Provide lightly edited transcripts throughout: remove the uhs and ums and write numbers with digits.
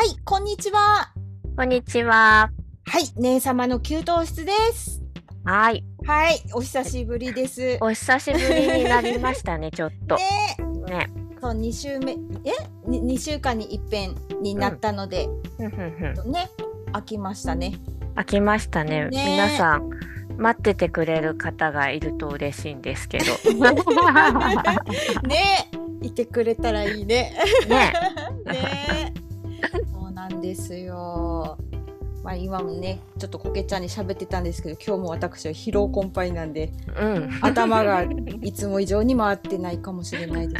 はい、こんにちは。 こんにちは。 はい、姉様の給湯室です。 はい。 はい、お久しぶりです。 お久しぶりになりましたね、ちょっと。 ねね。 そう、2週目、2週間に一遍になったので、ね、飽きましたね。 飽きましたね。皆さん、待っててくれる方がいると嬉しいんですけど。 ね、いてくれたらいいね。 ね。 ね。そうなんですよ。まあ今もね、ちょっとコケちゃんに喋ってたんですけど、今日も私は疲労困憊なんで、頭がいつも以上に回ってないかもしれないです。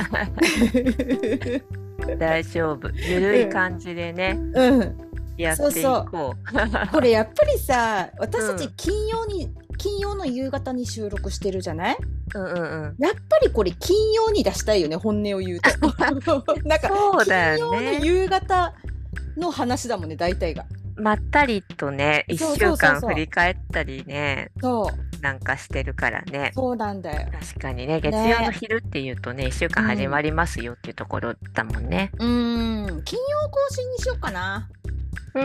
大丈夫。ゆるい感じでね。やっていこう。これやっぱりさ、私たち金曜の夕方に収録してるじゃない？やっぱりこれ金曜に出したいよね、本音を言うと。なんか金曜の夕方の話だもんね、大体が。 まったりとね、1週間振り返ったりね、なんかしてるからね。 そうなんだよ。 確かにね、月曜の昼っていうとね、1週間始まりますよっていうところだもんね。 金曜更新にしようかな。今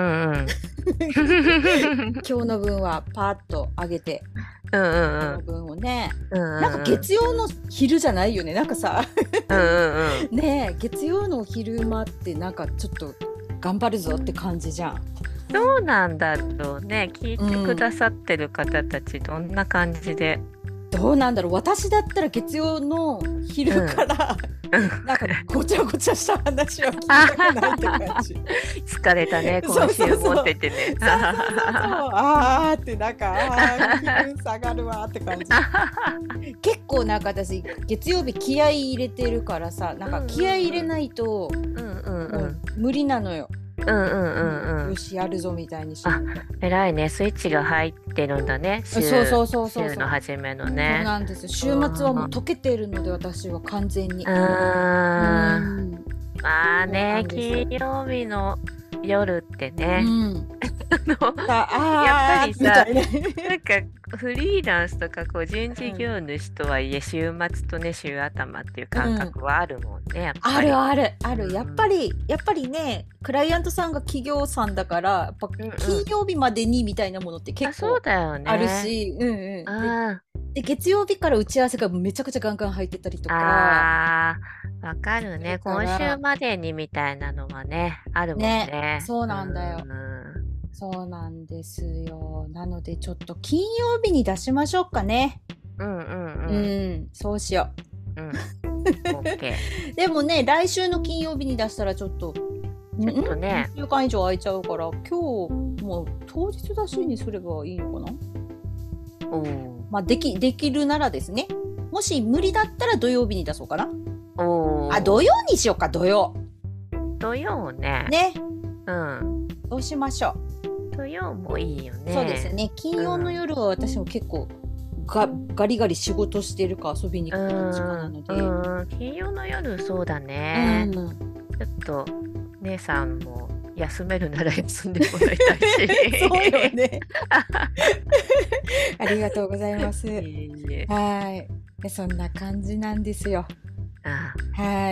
日の分はパーッと上げて、今日の分をね、なんか月曜の昼じゃないよね、なんかさ、ねえ、月曜の昼間ってなんかちょっと頑張るぞって感じじゃん。 どうなんだろうね、聞いてくださってる方たちどんな感じで、 どうなんだろう。私だったら月曜の昼から、なんかごちゃごちゃした話は聞きたくないって感じ。 疲れたね、今週持っててね。 あーってなんか気分下がるわって感じ。結構なんか私月曜日気合い入れてるからさ、なんか気合い入れないともう無理なのよ。よしやるぞみたいにして。 偉いね、スイッチが入ってるんだね。週の初めのね。 そうなんですよ。週末はもう溶けてるので、私は完全に。 まあね、金曜日の夜ってね、やっぱりさ、なんかフリーランスとか個人事業主とはいえ、週末とね、週頭っていう感覚はあるもんね。やっぱりある。やっぱりね、クライアントさんが企業さんだから、やっぱ金曜日までにみたいなものって結構あるし、で月曜日から打ち合わせがめちゃくちゃガンガン入ってたりとか。 わかるね。今週までにみたいなのはね、あるもんね。 そうなんだよ。そうなんですよ。なのでちょっと金曜日に出しましょうかね。そうしよう。でもね、来週の金曜日に出したらちょっとね、1週間以上空いちゃうから、今日もう当日出しにすればいいのかな。まあできるならですね。もし無理だったら土曜日に出そうかな。土曜にしようか、土曜。 土曜ね。 ね。そうしましょう。土曜もいいよね。 そうですね。金曜の夜は私も結構ガリガリ仕事してるか遊びに行く時間なので。金曜の夜そうだね。ちょっと姉さんも休めるなら休んでもらいたいし。 そうよね。ありがとうございます。はい。そんな感じなんですよ。はい。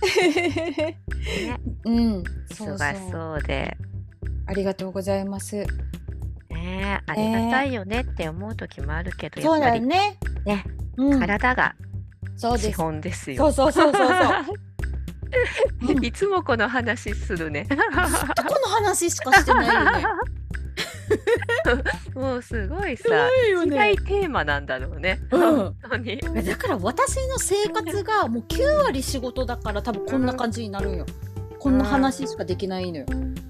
忙しそうで。 ありがとうございます。 ありがたいよねって思う時もあるけど、 そうだよね。 体が資本ですよ。 そう。 いつもこの話するね。 ずっとこの話しかしてないよね。 もうすごいさ、違いテーマなんだろうね。本当に。 だから私の生活がもう9割仕事だから、多分こんな感じになるんよ。こんな話しかできないのよ。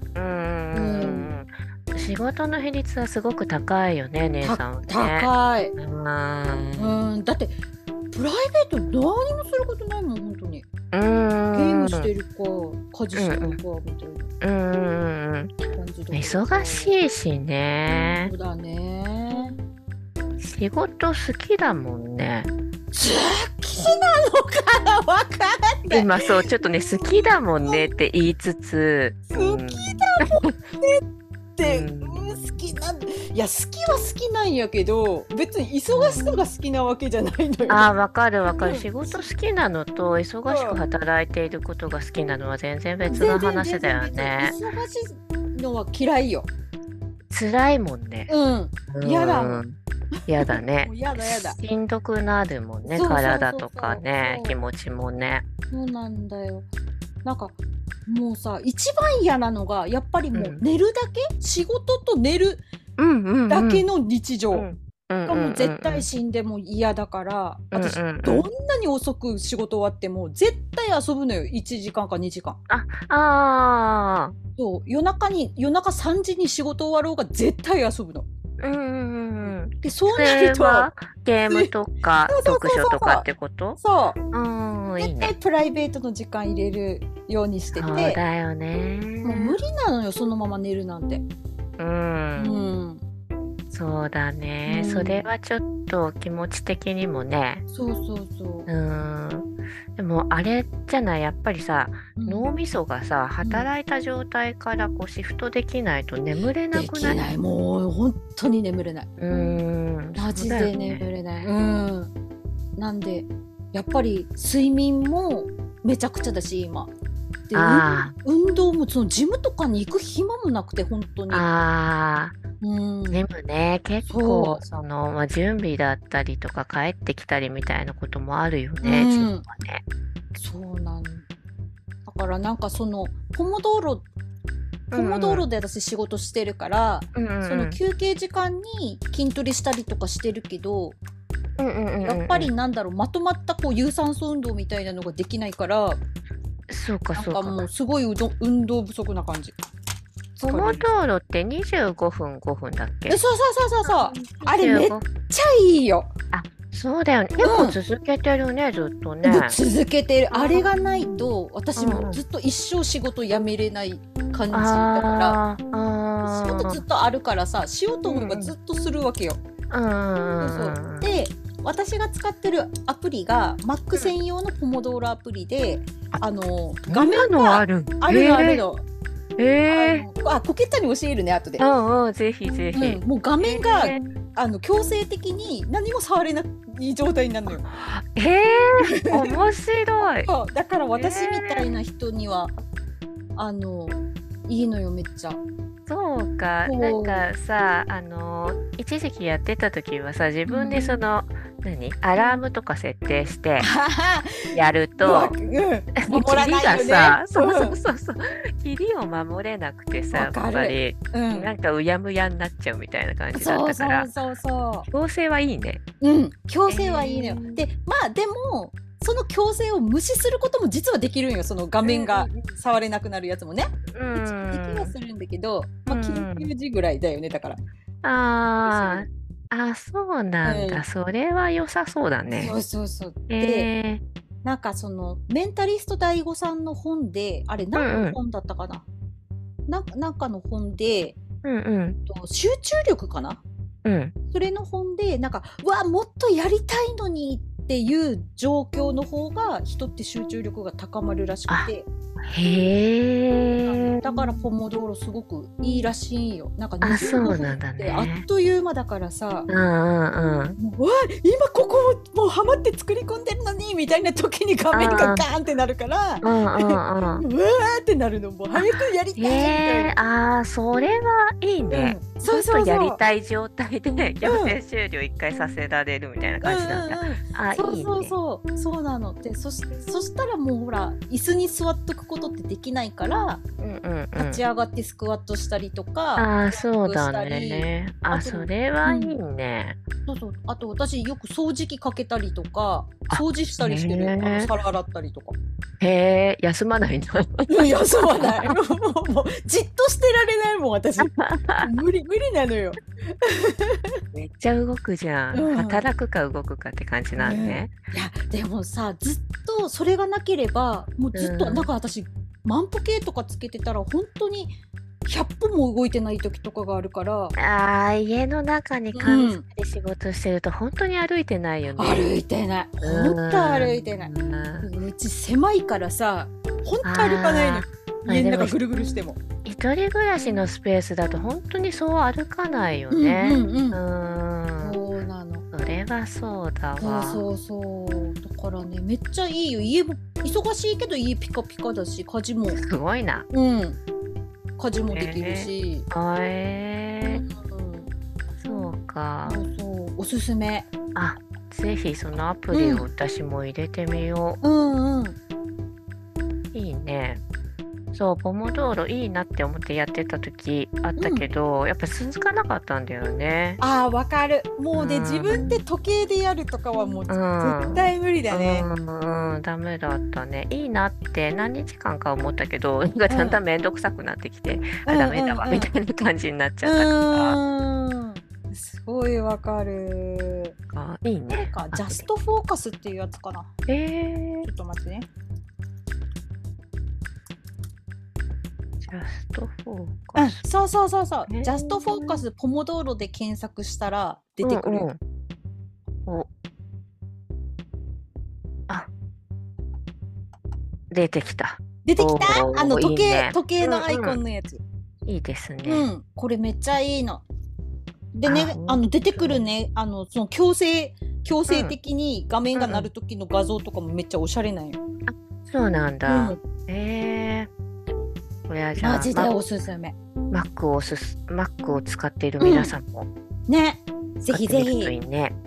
仕事の比率はすごごく高いよね、姉さんはね。 高い。だってプライベート何もすることないもん、本当に。ゲームしてるか家事してるかみたいな感じで。 忙しいしね。 そうだね。 仕事好きだもんね。 好きなのかな、わかんない。 今そうちょっとね、好きだもんねって言いつつ、 好きだもんねって、好きなんいや好きは好きなんやけど別に忙しさが好きなわけじゃないのよ。 わかるわかる。仕事好きなのと忙しく働いていることが好きなのは全然別の話だよね。 忙しいのは嫌いよ。 辛いもんね。 嫌だ。 嫌だね。 嫌だ。 しんどくなるもんね。体とかね、気持ちもね。 そうなんだよ。なんかもうさ、一番嫌なのがやっぱりもう寝るだけ、仕事と寝るだけの日常がもう絶対死んでも嫌だから、私どんなに遅く仕事終わっても絶対遊ぶのよ。1時間か2時間。そう、夜中3時に仕事終わろうが絶対遊ぶの。でそうなるとゲームとか読書とかってこと？ そう。絶対プライベートの時間入れるようにしてて。そうだよね。 もう無理なのよ、そのまま寝るなんて。 そうだね、それはちょっと気持ち的にもね。でもあれじゃない、やっぱりさ、脳みそがさ働いた状態からこうシフトできないと眠れなくない？できない、 もう本当に眠れない。マジで眠れない。なんでやっぱり睡眠もめちゃくちゃだし今。で運動もそのジムとかに行く暇もなくて本当に。ジムね、結構準備だったりとか帰ってきたりみたいなこともあるよね、ジムはね。 そうなんだからなんかそのポモドーロで私仕事してるから、その休憩時間に筋トレしたりとかしてるけど、やっぱりなんだろう、まとまったこう有酸素運動みたいなのができないから、 そうかなんかもうすごい運動不足な感じ。 ポモドーロって25分5分だっけ？ そうあれめっちゃいいよ。 そうだよね。結構続けてるね、ずっとね。 続けてる。あれがないと私もずっと一生仕事辞めれない感じだから、仕事ずっとあるからさ、しようと思えばずっとするわけよ。で私が使ってるアプリが Mac 専用のポモドーロアプリで、画面があるの。ポケットに教えるね後で。 ぜひぜひ。 もう画面が強制的に何も触れない状態になるのよ。 面白い。 だから私みたいな人にはいいのよ、めっちゃ。 そうか。なんかさ、一時期やってた時はさ、自分でその、アラームとか設定してやると、キリがさ、キリを守れなくてさ、やっぱりなんかうやむやになっちゃうみたいな感じだったから、強制はいいね。 強制はいいのよ。ででもその強制を無視することも実はできるんよ、その画面が触れなくなるやつもね。できはするんだけど、緊急時ぐらいだよね、だから。 そうなんだ、それは良さそうだね。 でなんかそのメンタリスト大悟さんの本で、あれ何の本だったかな、なんかの本で、集中力かな、それの本でなんかもっとやりたいのにっていう状況の方が人って集中力が高まるらしくて、だからポモドーロすごくいいらしいよ。なんか25分ってあっという間だからさ、今ここもうハマって作り込んでるのにみたいな時に画面がガーンってなるから、うわーってなるの、もう早くやりたいみたいな。 それはいいね。そうやりたい状態で強制終了1回させられるみたいな感じなんだ。 そうなの。でそしたらもうほら椅子に座っとくことってできないから、立ち上がってスクワットしたりとか、 そうだね。それはいいね。 あと私よく掃除機かけたりとか掃除したりしてる。皿洗ったりとか。 休まないんだ。 休まない。もうじっとしてられないもん私。無理なのよ。 めっちゃ動くじゃん。働くか動くかって感じなんね。 いやでもさ、ずっとそれがなければもうずっと、なんか私万歩計とかつけてたら本当に100歩も動いてない時とかがあるから。 家の中に完全で仕事してると本当に歩いてないよね。 歩いてない。本当歩いてない。うち狭いからさ、本当歩かないの。家の中ぐるぐるしても。 営一人暮らしのスペースだと本当にそう歩かないよね。 そうなの。 それはそうだわ。 そうだからね、めっちゃいいよ。家も忙しいけど家ピカピカだし、家事もすごいな。 家事もできるし。 そうか。 そうおすすめ。 ぜひそのアプリを私も入れてみよう。いいね。そう、ポモドーロいいなって思ってやってた時あったけど、やっぱ続かなかったんだよね。 わかる。もうね、自分で時計でやるとかはもう絶対無理だね。 ダメだったね。いいなって何日間か思ったけど、だんだん面倒くさくなってきて、ダメだわみたいな感じになっちゃったから。 すごいわかる。 いいね。 ジャストフォーカスっていうやつかな。ちょっと待ってね。 ジャストフォーカス。 そう。ジャストフォーカスポモドーロで検索したら出てくる。 出てきた。 時計のアイコンのやつ。 いいですね。 これめっちゃいいの。でね、出てくるね、その強制的に画面が鳴る時の画像とかもめっちゃおしゃれなんよ。 そうなんだ。これはじゃあマジでおすすめ。 Mac を使っている皆さんもね、ぜひぜひ。 ぜ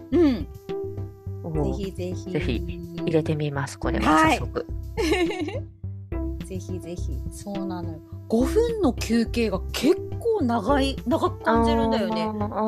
ひ入れてみます。これは早速。 ぜひぜひ。そうなのよ。5分の休憩が結構長く感じるんだよね。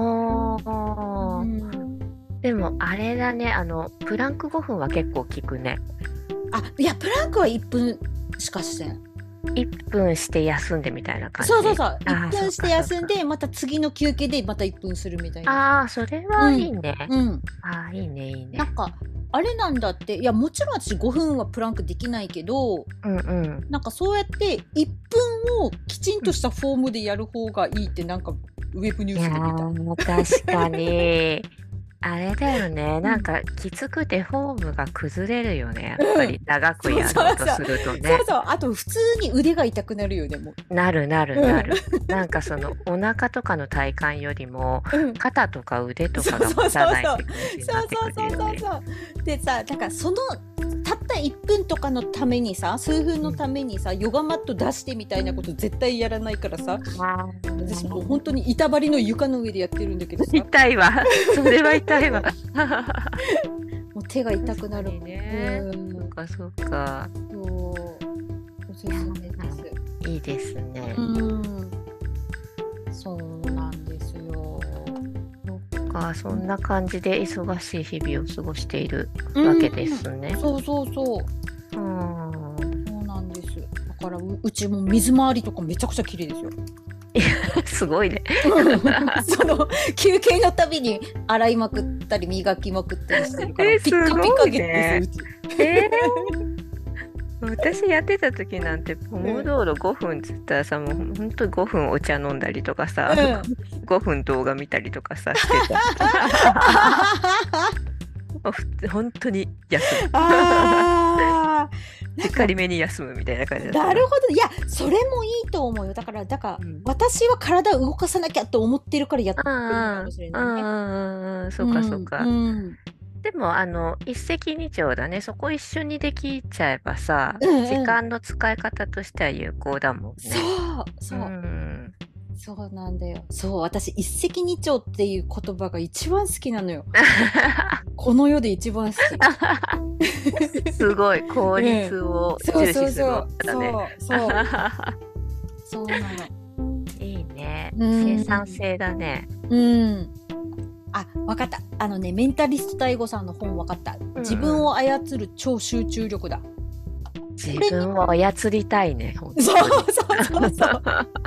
でもあれだね、プランク5分は結構効くね。 いや、プランクは1分しかしてん。 1分して休んでみたいな感じ。 そう1分して休んでまた次の休憩でまた1分するみたいな。 それはいいね。いいね。 なんかあれなんだって。いや、もちろん私5分はプランクできないけど、なんかそうやって1分をきちんとしたフォームでやる方がいいって、なんかウェブニュースで見た。 確かにあれだよね、なんかきつくてフォームが崩れるよね、やっぱり長くやろうとするとね。 あと普通に腕が痛くなるよね。もうなる。なんかそのお腹とかの体幹よりも肩とか腕とかが持たないって感じになってくるよね。 でさ、だからそのたった1分とかのためにさ、数分のためにさ、ヨガマット出してみたいなこと絶対やらないからさ、私もう本当に板張りの床の上でやってるんだけどさ、 痛いわ。それは痛いわ。 もう手が痛くなるね。そうか。 おすすめです。 いいですね。 そうなんですよ。 そんな感じで忙しい日々を過ごしているわけですね。 そうなんです。だからうちも水回りとかめちゃくちゃ綺麗ですよ。 すごいね。 その休憩のたびに洗いまくったり磨きまくったりしてるからピカピカですよ、うち。 私やってた時なんてポモドーロ5分っつったらさ、もうほんと5分お茶飲んだりとかさ、5分動画見たりとかさしてた。本当に休む。しっかりめに休むみたいな感じだった。 なるほど。いや、それもいいと思うよ。だから、私は体を動かさなきゃと思ってるからやってるかもしれないね。 そうか。でも一石二鳥だね。そこ一緒にできちゃえばさ、時間の使い方としては有効だもんね。 そうなんだよ。私一石二鳥っていう言葉が一番好きなのよ。この世で一番好き。すごい効率を重視するんだね。 そうなの。 いいね。生産性だね。 わかった。メンタリスト大悟さんの本わかった。自分を操る超集中力だ。 自分を操りたいね。 そう。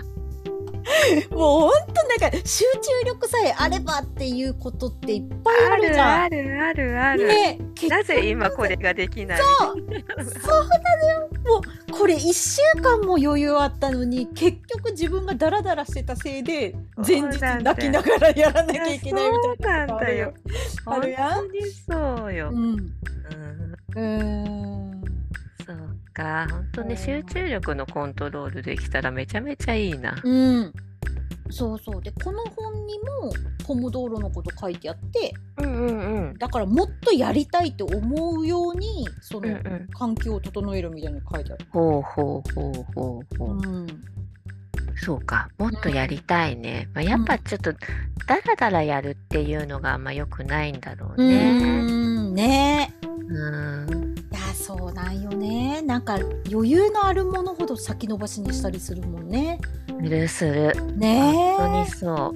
もうほんとなんか集中力さえあればっていうことっていっぱいあるじゃん。 ある。ね、なぜ今これができない？ そうなのよ。もうこれ1週間も余裕あったのに結局自分がダラダラしてたせいで前日泣きながらやらなきゃいけないみたいなことあるよ。 あるやん。本当にそうよ。 そそうか、本当ね、集中力のコントロールできたらめちゃめちゃいいな。 うん。そうそう。で、この本にもポモドーロのこと書いてあって、だからもっとやりたいと思うように、その環境を整えるみたいに書いてある。 ほうほうほうほうほう。そうか、もっとやりたいね。まあ、やっぱちょっとダラダラやるっていうのがあんま良くないんだろうね。 ねえ。いや、そうなんよね。なんか余裕のあるものほど先延ばしにしたりするもんね。 する。ねえ。本当にそう。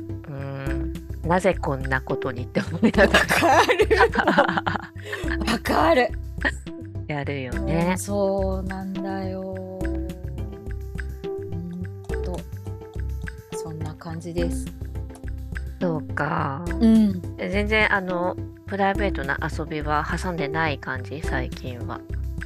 なぜこんなことにって思いながら。 わかる。 やるよね。 そうなんだよ。そんな感じです。 そうか。全然プライベートな遊びは挟んでない感じ、最近は。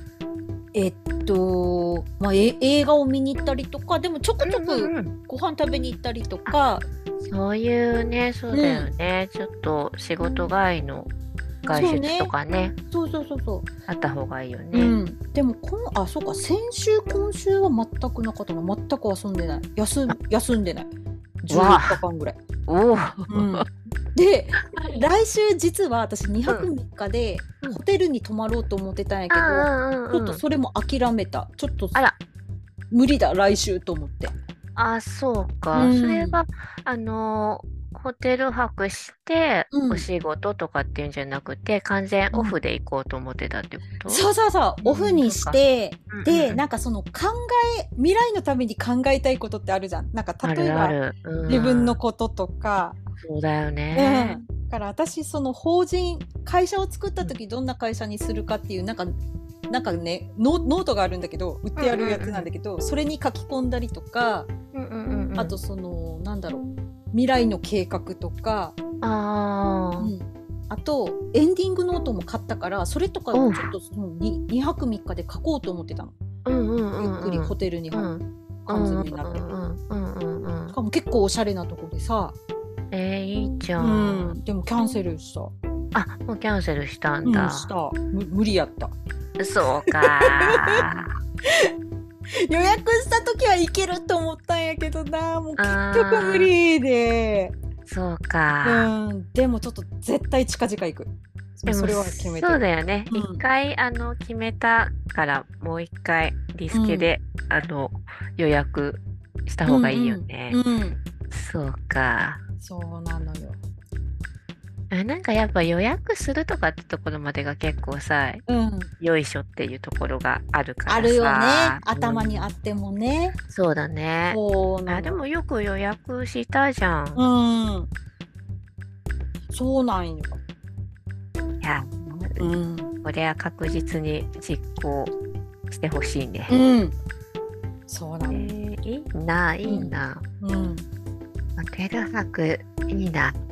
まあ、映画を見に行ったりとか、でもちょくちょくご飯食べに行ったりとか、 そういうね、そうだよね、ちょっと仕事帰りの外出とかね、 そうあった方がいいよね。 でもそうか、先週今週は全くなかったな。全く遊んでない。休んでない。14日間ぐらい。で、来週実は私2泊3日でホテルに泊まろうと思ってたんやけど、ちょっとそれも諦めた。ちょっと無理だ、来週と思って。 そうか。それはホテル泊してお仕事とかっていうんじゃなくて、完全オフで行こうと思ってたってこと？ そう、オフにして、で、なんかその未来のために考えたいことってあるじゃん。なんか例えば自分のこととか。 そうだよね。 だから私、その会社を作った時どんな会社にするかっていう、なんかね、ノートがあるんだけど、売ってあるやつなんだけど、それに書き込んだりとか、あとその、なんだろう、未来の計画とか、あとエンディングノートも買ったから、それとかをちょっと2泊3日で書こうと思ってたの。ゆっくりホテルに缶詰になって。しかも結構おしゃれなとこでさ。 いいじゃん。 でもキャンセルした。 もうキャンセルしたんだ。 無理やった。 そうか。 予約した時は行けると思ったんやけどな、もう結局無理で。 そうか。 でもちょっと絶対近々行く。それは決めて。 そうだよね。一回決めたからもう一回リスケで予約した方がいいよね。そうか。 そうなのよ。 なんかやっぱ予約するとかってところまでが結構さ、よいしょっていうところがあるからさ。 あるよね。頭にあってもね。 そうだね。でもよく予約したじゃん。 そうなんよ。 いや、これは確実に実行してほしいね。 そうなの。いいな。ホテル泊いいな。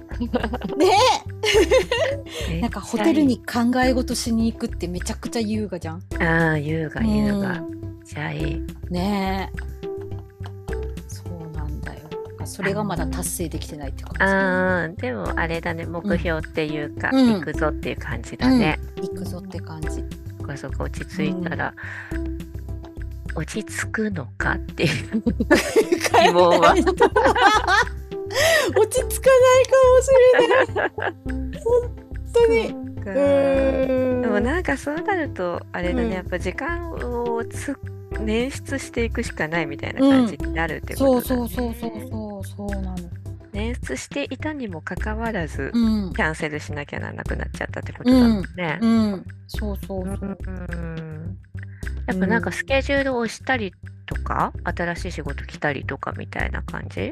ねなんかホテルに考え事しに行くってめちゃくちゃ優雅じゃん。 優雅。じゃあいい。 ねそうなんだよ。それがまだ達成できてないって感じ。でもあれだね、目標っていうか、行くぞっていう感じだね。 行くぞって感じ。 そこ落ち着いたら、落ち着くのかっていう希望は。 落ち着かないかもしれない。本当に。 でもなんかそうなるとあれだね、やっぱ時間を捻出していくしかないみたいな感じになるってことだね。 そうなの。 捻出していたにもかかわらず、キャンセルしなきゃならなくなっちゃったってことだもんね。やっぱなんかスケジュールを押したりとか、新しい仕事来たりとかみたいな感じ？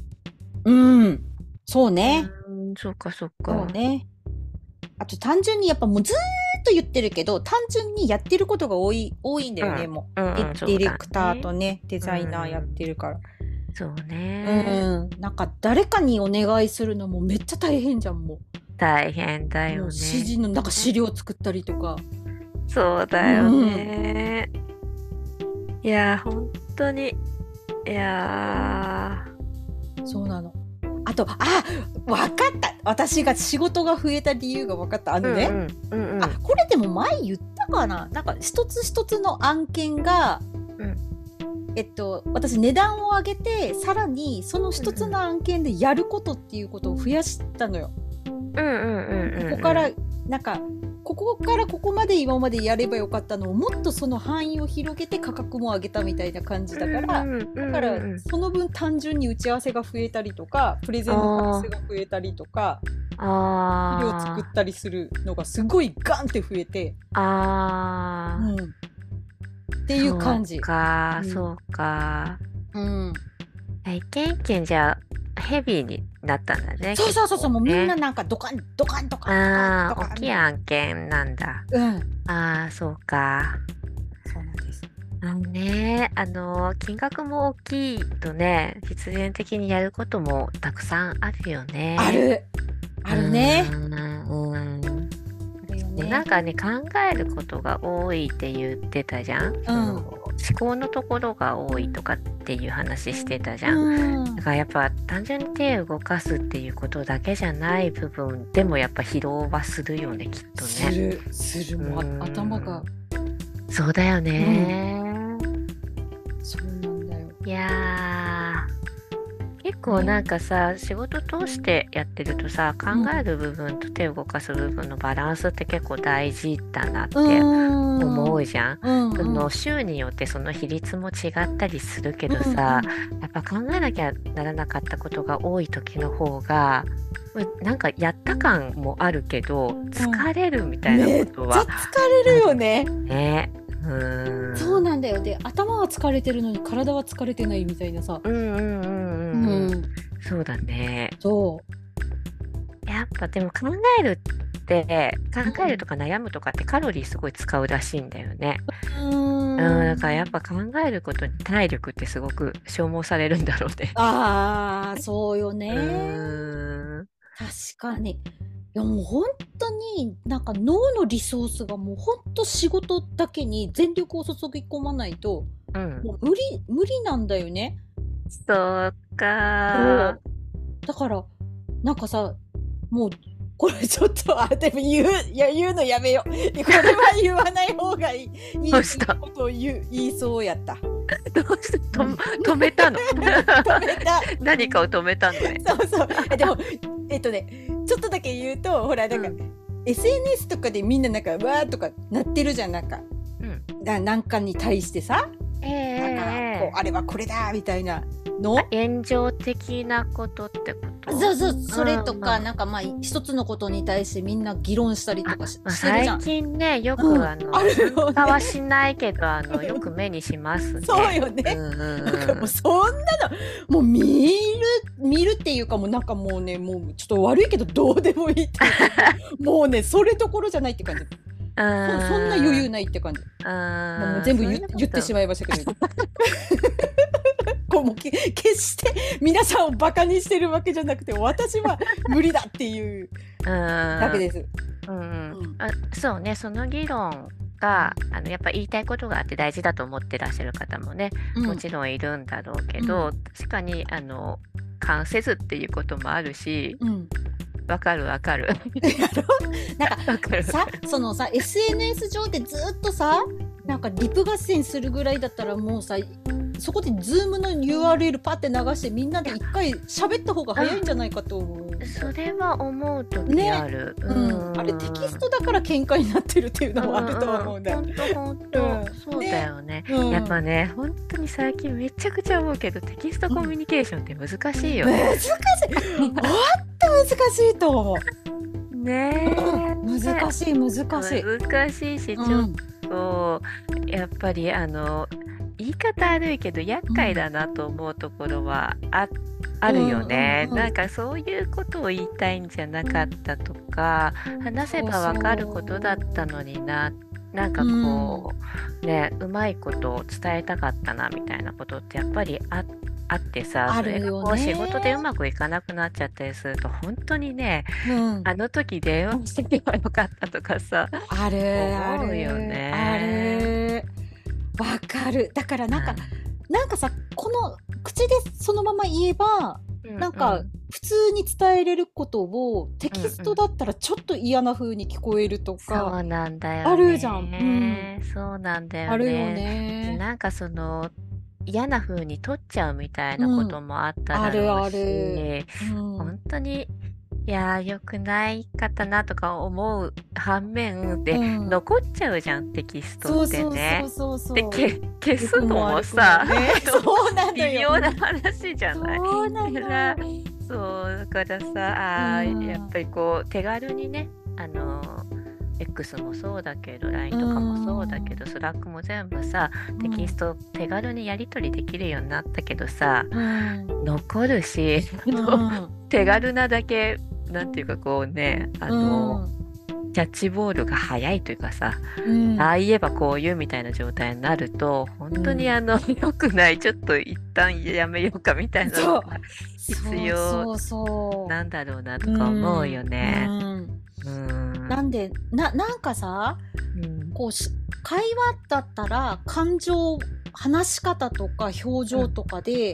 そうね。 そうか。 そうね。あと単純にやっぱもうずーっと言ってるけど、単純にやってることが多いんだよね、もう。ディレクターとね、デザイナーやってるから。 そうね。 なんか誰かにお願いするのもめっちゃ大変じゃん、もう。 大変だよね。 指示のなんか資料作ったりとか。 そうだよね。いや本当にそうなの。あと分かった。私が仕事が増えた理由が分かった。これれでも前言ったかな、なんか一つ一つの案件が、私値段を上げて、さらにその一つの案件でやることっていうことを増やしたのよ。ここからなんかここからここまで今までやればよかったのをもっとその範囲を広げて価格も上げたみたいな感じだから、だからその分単純に打ち合わせが増えたりとか、プレゼンの数が増えたりとか、資料作ったりするのがすごいガンって増えて、っていう感じ。 そうか。一件一件じゃあヘビーになったんだね。 そう、もうみんななんかドカンドカンドカン。 大きい案件なんだ。そうか。 そうなんです。 金額も大きいとね、必然的にやることもたくさんあるよね。 あるね。 なんかね、考えることが多いって言ってたじゃん。思考のところが多いとかっていう話してたじゃん。だからやっぱ単純に手を動かすっていうことだけじゃない部分でもやっぱ疲労はするよね、きっとね。 するもう頭が。 そうだよね。 そうなんだよ。 いや結構なんかさ、仕事通してやってるとさ、考える部分と手を動かす部分のバランスって結構大事だなって思うじゃん。その週によってその比率も違ったりするけどさ、やっぱ考えなきゃならなかったことが多い時の方がなんかやった感もあるけど疲れるみたいなことは、 めっちゃ疲れるよね。 そうなんだよ。で、頭は疲れてるのに体は疲れてないみたいなさ。 そうだね。 やっぱでも考えるとか悩むとかってカロリーすごい使うらしいんだよね。だからやっぱ考えることに体力ってすごく消耗されるんだろうね。 そうよね。確かに。いやもう本当になんか脳のリソースがもう本当仕事だけに全力を注ぎ込まないと、もう無理なんだよね。 そうか。 だからなんかさ、もうこれちょっとでも言うのやめよう。これは言わない方がいいことを言いそうやった。 どうして止めたの？止めた。何かを止めたのね。 そう。でもちょっとだけ言うと、ほらなんか、SNS とかでみんななんかわーとかなってるじゃん、なんか、なんかに対してさ、なんかこうあれはこれだみたいなの。 炎上的なことってこと？ それとか、なんか一つのことに対してみんな議論したりとかしてるじゃん。 最近ね、よく参加はしないけどよく目にしますね。 そうよね。なんかもうそんなのもう見るっていうか、もうなんかもうね、もうちょっと悪いけどどうでもいいってもうね、それどころじゃないって感じ。そんな余裕ないって感じ。もう全部言ってしまいましたけど。もう決して皆さんをバカにしてるわけじゃなくて、私は無理だっていうだけです。 そうね、その議論がやっぱ言いたいことがあって大事だと思ってらっしゃる方もね、もちろんいるんだろうけど、確かに関せずっていうこともあるし、わかる。なんかさ、そのさ SNS 上でずっとさ、なんかリプ合戦するぐらいだったら、もうさそこで Zoom の URL パッて流してみんなで一回喋った方が早いんじゃないかと思う。 それは思う時ある。 あれテキストだから喧嘩になってるっていうのもあると思うんだよ。 本当そうだよね。やっぱね、本当に最近めちゃくちゃ思うけど、テキストコミュニケーションって難しいよね。 難しい。ほんと難しいと思う。 ねえ。 難しいし、ちょっとやっぱり言い方悪いけど厄介だなと思うところはあるよね。なんかそういうことを言いたいんじゃなかったとか、話せばわかることだったのにな、なんかこうね、うまいことを伝えたかったなみたいなことってやっぱりあってさ、それがこう仕事でうまくいかなくなっちゃったりすると、本当にね、あの時電話してけばよかったとかさ、思うよね。 わかる。だからなんかさ、この口でそのまま言えば、なんか普通に伝えれることをテキストだったらちょっと嫌な風に聞こえるとか、 そうなんだよね。 あるじゃん。 そうなんだよね。 あるよね。 なんかその嫌な風に取っちゃうみたいなこともあっただろうし、本当にいや良くないかったなとか思う反面で、残っちゃうじゃんテキストってね。で消すのもさ、微妙な話じゃない。だからさ、やっぱりこう手軽にね、X もそうだけど LINE とかもそうだけど、スラックも全部さテキスト手軽にやり取りできるようになったけどさ、残るし、手軽なだけなんていうかこうね、キャッチボールが早いというかさ、ああ言えばこう言うみたいな状態になると本当に良くない、ちょっと一旦やめようかみたいなのが必要なんだろうなとか思うよね。 なんかさ、こう会話だったら感情、話し方とか表情とかで、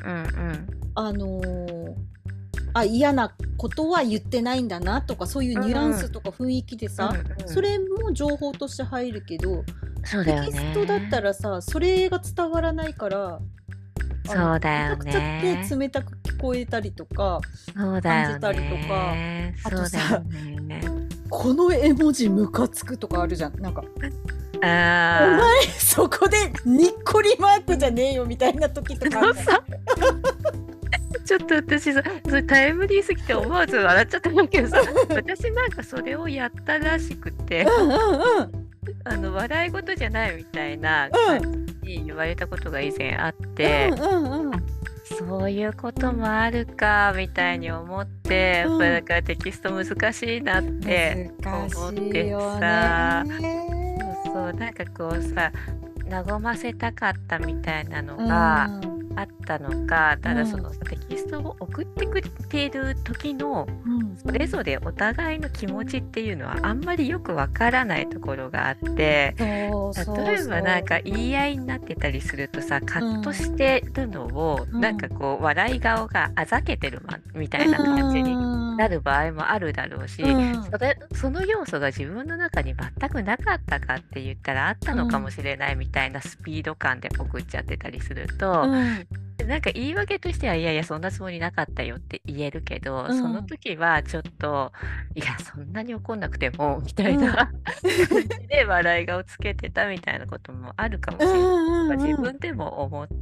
嫌なことは言ってないんだなとか、そういうニュアンスとか雰囲気でさ、それも情報として入るけど、テキストだったらさ、それが伝わらないから、 そうだよね。 めちゃくちゃね、冷たく聞こえたりとか、感じたりとか、あとさ、この絵文字ムカつくとかあるじゃん。なんかお前そこでにっこりマークじゃねえよみたいな時とかあるちょっと私さ、それタイムリーすぎて思わず笑っちゃったんだけどさ、私なんかそれをやったらしくて、笑い事じゃないみたいな感じに言われたことが以前あって、そういうこともあるかみたいに思って、やっぱりだからテキスト難しいなって思ってさ、なんかこうさ、和ませたかったみたいなのがあったのか、ただそのテキストを送ってくれている時のそれぞれお互いの気持ちっていうのはあんまりよくわからないところがあって、例えばなんか言い合いになってたりするとさ、カットしてるのをなんかこう笑い顔があざけてるみたいな感じになる場合もあるだろうし、その要素が自分の中に全くなかったかって言ったらあったのかもしれないみたいなスピード感で送っちゃってたりすると、なんか言い訳としてはいやいやそんなつもりなかったよって言えるけど、その時はちょっといやそんなに怒んなくてもみたいな感じで笑い顔つけてたみたいなこともあるかもしれない、自分でも思って、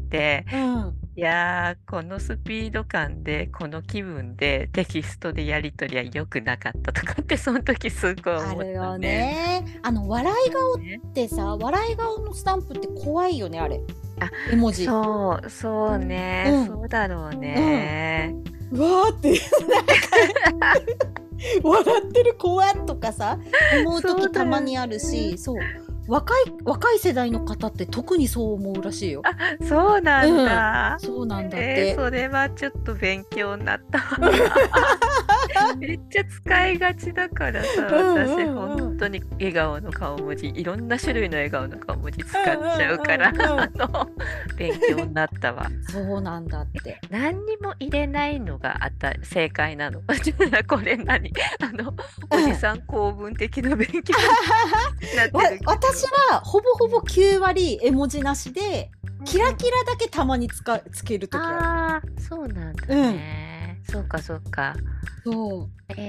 いやこのスピード感でこの気分でテキストでやり取りは良くなかったとかってその時すごい思ったね。 あるよね。笑い顔ってさ、笑い顔のスタンプって怖いよね、あれ。絵文字。 そうね、そうだろうね。 わーって笑ってる怖っとかさ思う時たまにあるし、若い世代の方って特にそう思うらしいよ。 そうなんだ。 そうなんだって。 それはちょっと勉強になった。めっちゃ使いがちだからさ、私本当に笑顔の顔文字、いろんな種類の笑顔の顔文字使っちゃうから、勉強になったわ。 そうなんだって。 何にも入れないのが正解なの。これ何？おじさん公文的な勉強になってる。 私はほぼほぼ9割絵文字なしで、キラキラだけたまにつけるときある。そうなんだね。そうか。そう。オッ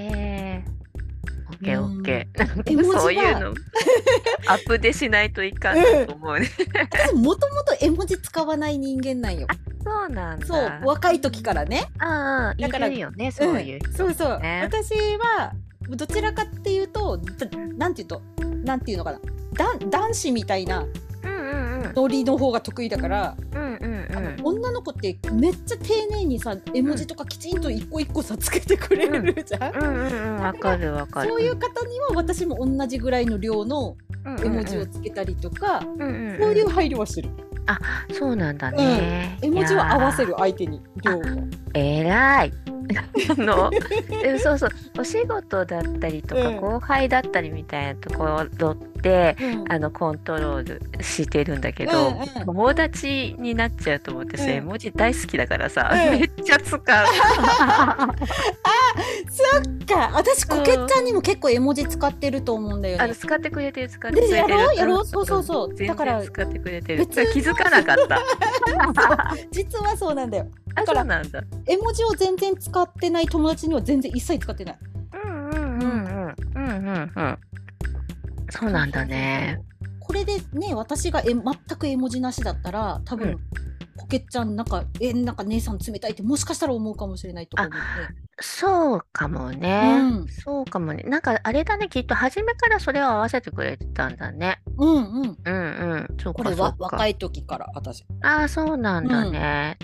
ケー。そういうのアップデしないといかんなと思うね。 もともと絵文字使わない人間なんよ。 そうなんだ。 そう、若い時からね。 だからいるよね、そういう人。 そう。私はどちらかっていうと、なんていうのかな。男子みたいなノリの方が得意だから、女の子ってめっちゃ丁寧にさ絵文字とかきちんと一個一個さつけてくれるじゃん。 わかる。 そういう方には私も同じぐらいの量の絵文字をつけたりとか、そういう配慮はしてる。 あ、そうなんだね。 絵文字は合わせる相手に量を。 偉い。そうそう、お仕事だったりとか、後輩だったりみたいなところって、コントロールしてるんだけど、友達になっちゃうと思ってさ、絵文字大好きだからさ、めっちゃ使う。 そっか、私こけっちゃんにも結構絵文字使ってると思うんだよね。 使ってくれてる、使ってくれてる。 やろう、そうそうそう。 だから使ってくれてる。気づかなかった。 実はそうなんだよ。 だからなんだ。 絵文字を全然使ってない友達には全然一切使ってない。 そうなんだね。 これでね、私が全く絵文字なしだったら、多分こけっちゃんなんか姉さん冷たいってもしかしたら思うかもしれないと思って。 そうかもね。そうかもね。なんかあれだね、きっと初めからそれを合わせてくれてたんだね。そうか。 これは若い時から私。 ああ、そうなんだね。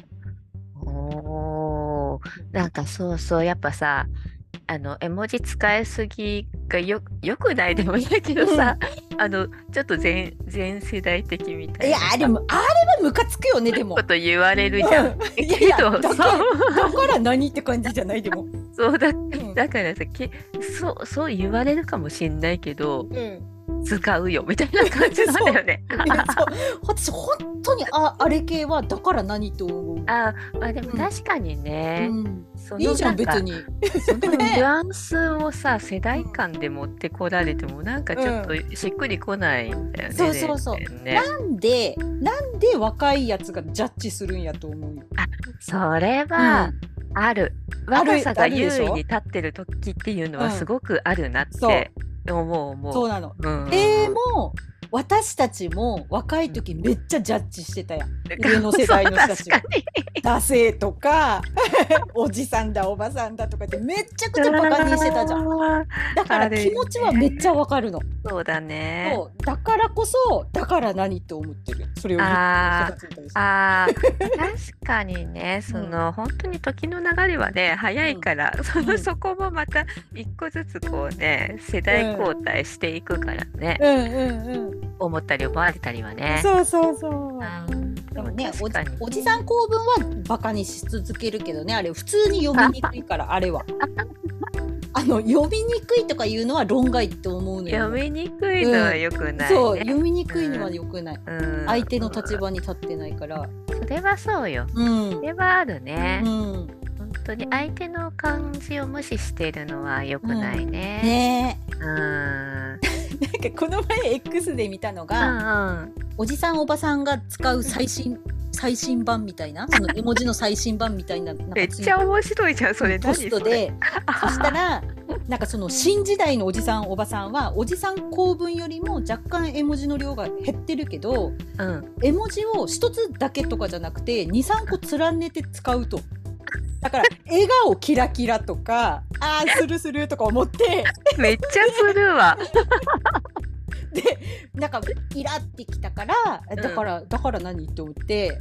なんかそうそう、やっぱさ、絵文字使いすぎがよくないでもいいけどさ、ちょっと全世代的みたいな。 いや、でもあれはムカつくよね、でも。 こと言われるじゃん。 だから何って感じじゃないでも。 そうだからさ、そう言われるかもしんないけど、使うよみたいな感じなんだよね。 私本当にあれ系はだから何と思う。 でも確かにね。 いいじゃん別に。 そのニュアンスをさ、世代間で持ってこられてもなんかちょっとしっくりこないんだよね。 そう。なんで若いやつがジャッジするんやと思うよ。 それはある。若さが優位に立ってる時っていうのはすごくあるなって思う。 そうなの。でも私たちも若い時めっちゃジャッジしてたやん。上の世代の人たちが。ダセーとかおじさんだおばさんだとかってめちゃくちゃバカにしてたじゃん。だから気持ちはめっちゃわかるの。 そうだね。 だからこそだから何って思ってる。それを言ってる人たちに対して。 確かにね、本当に時の流れはね早いから、そこもまた一個ずつこうね世代交代していくからね。思ったり思われたりはね。 そう。でもね、おじさん構文はバカにし続けるけどね、あれ普通に読みにくいからあれは。読みにくいとかいうのは論外って思うのよ。 読みにくいのは良くない、ね。 そう、読みにくいのは良くない。相手の立場に立ってないから。 それはそうよ。それはあるね。本当に相手の感じを無視しているのは良くないね。なんかこの前 X で見たのが、おじさんおばさんが使う最新版みたいな、その絵文字の最新版みたいな、 めっちゃ面白いじゃんそれ。 ポストでそしたらなんかその新時代のおじさんおばさんはおじさん構文よりも若干絵文字の量が減ってるけど、絵文字を一つだけとかじゃなくて 2,3 個連ねて使うと。だから笑顔キラキラとかするとか思ってめっちゃするわ。 でなんかイラってきたからだから何って思って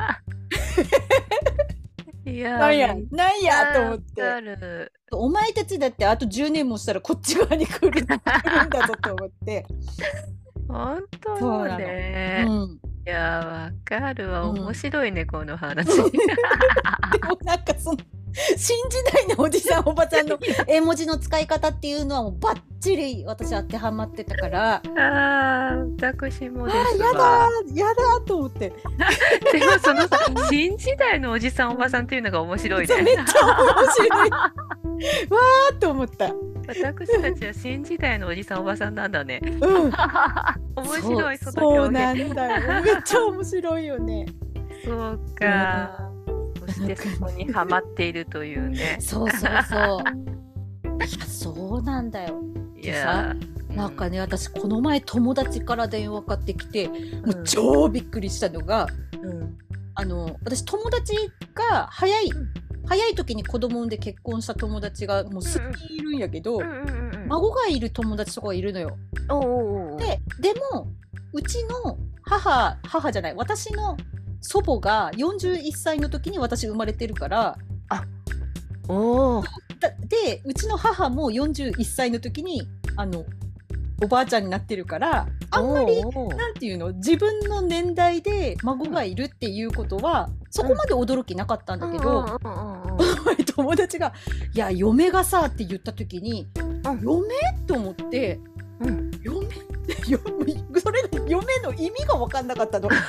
なんやと思って、お前たちだってあと10年もしたらこっち側に来るんだぞと思って本当ね。いやわかるわ、面白いねこの話。でもなんかその新時代のおじさんおばさんの絵文字の使い方っていうのはもうバッチリ私当てはまってたから、 私もですわ。やだと思って。 でもそのさ新時代のおじさんおばさんっていうのが面白いね。 めっちゃ面白い。わーと思った。 私たちは新時代のおじさんおばさんなんだね。面白い。 そうなんだよ。めっちゃ面白いよね。 そうか。そしてそこにハマっているというね。 そう。いやそうなんだよ。いやなんかね、私この前友達から電話かかってきて、もう超びっくりしたのが、私友達が早い時に子供産んで結婚した友達がもう数人いるんやけど、孫がいる友達とかがいるのよ。でもうちの母じゃない、私の祖母が41歳の時に私生まれてるから、でうちの母も41歳の時におばあちゃんになってるから、 あんまりなんていうの、自分の年代で孫がいるっていうことはそこまで驚きなかったんだけど、友達が「いや嫁がさ」って言った時に「嫁?」と思って、嫁それで嫁の意味が分かんなかったの。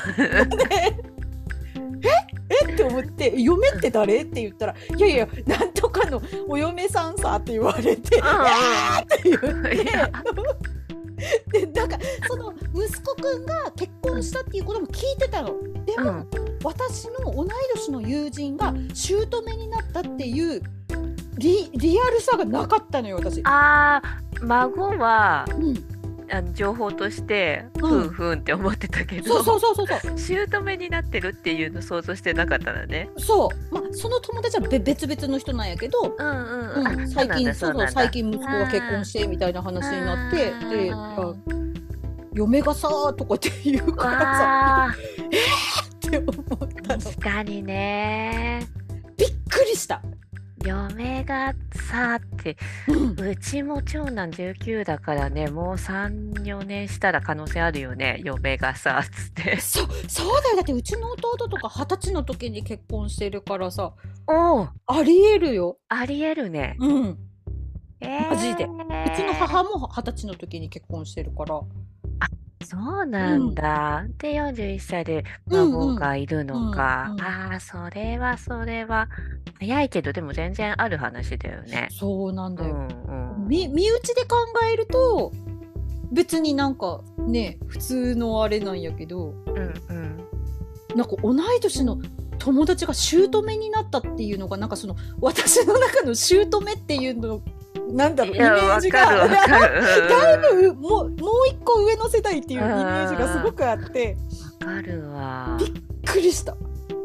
えって思って「嫁って誰?」って言ったら「いやいやなんとかのお嫁さんさ」って言われて「って言ってでなんかその息子くんが結婚したっていうことも聞いてたの。でも、私の同い年の友人が姑になったっていうリアルさがなかったのよ私。 孫は、情報としてふんふんって思ってたけど、姑になってるっていうの想像してなかったのね。 そう、まあその友達は別々の人なんやけど、最近息子が結婚してみたいな話になって、で嫁がさーとかって言うからさ、って思ったの。 確かにね。 びっくりした。 嫁がさって、うちも長男19だからね、もう3、4年したら可能性あるよね、嫁がさっつって。 そうだよ。だってうちの弟とか20歳の時に結婚してるからさ、ありえるよ。 ありえるね。 マジで。うちの母も20歳の時に結婚してるから。 そうなんだ。で41歳で孫がいるのか。それは早いけどでも全然ある話だよね。 そうなんだよ。身内で考えると別になんかね普通のあれなんやけど、なんか同い年の友達が姑になったっていうのがなんかその私の中の姑っていうのなんだろう、イメージがだいぶもう一個上の世代っていうイメージがすごくあって、 わかるわ。 びっくりした。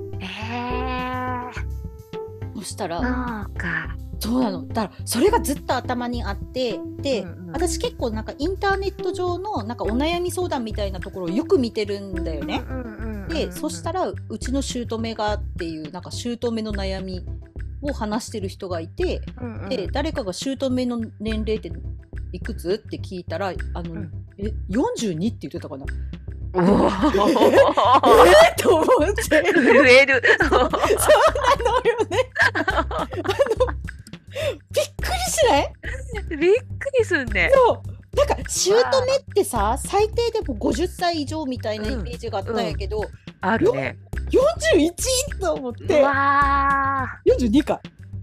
そしたらそうなの。だからそれがずっと頭にあって、で、私結構なんかインターネット上のなんかお悩み相談みたいなところをよく見てるんだよね。でそしたらうちの姑がっていうなんか姑の悩みを話してる人がいて、で誰かが姑の年齢っていくつって聞いたら42って言ってたかな。と思って震える。 そうなのよね。びっくりしない？ びっくりすんね。 そうなんか姑ってさ最低でも50歳以上みたいなイメージがあったんやけど、 あるね。 41と思って。42か。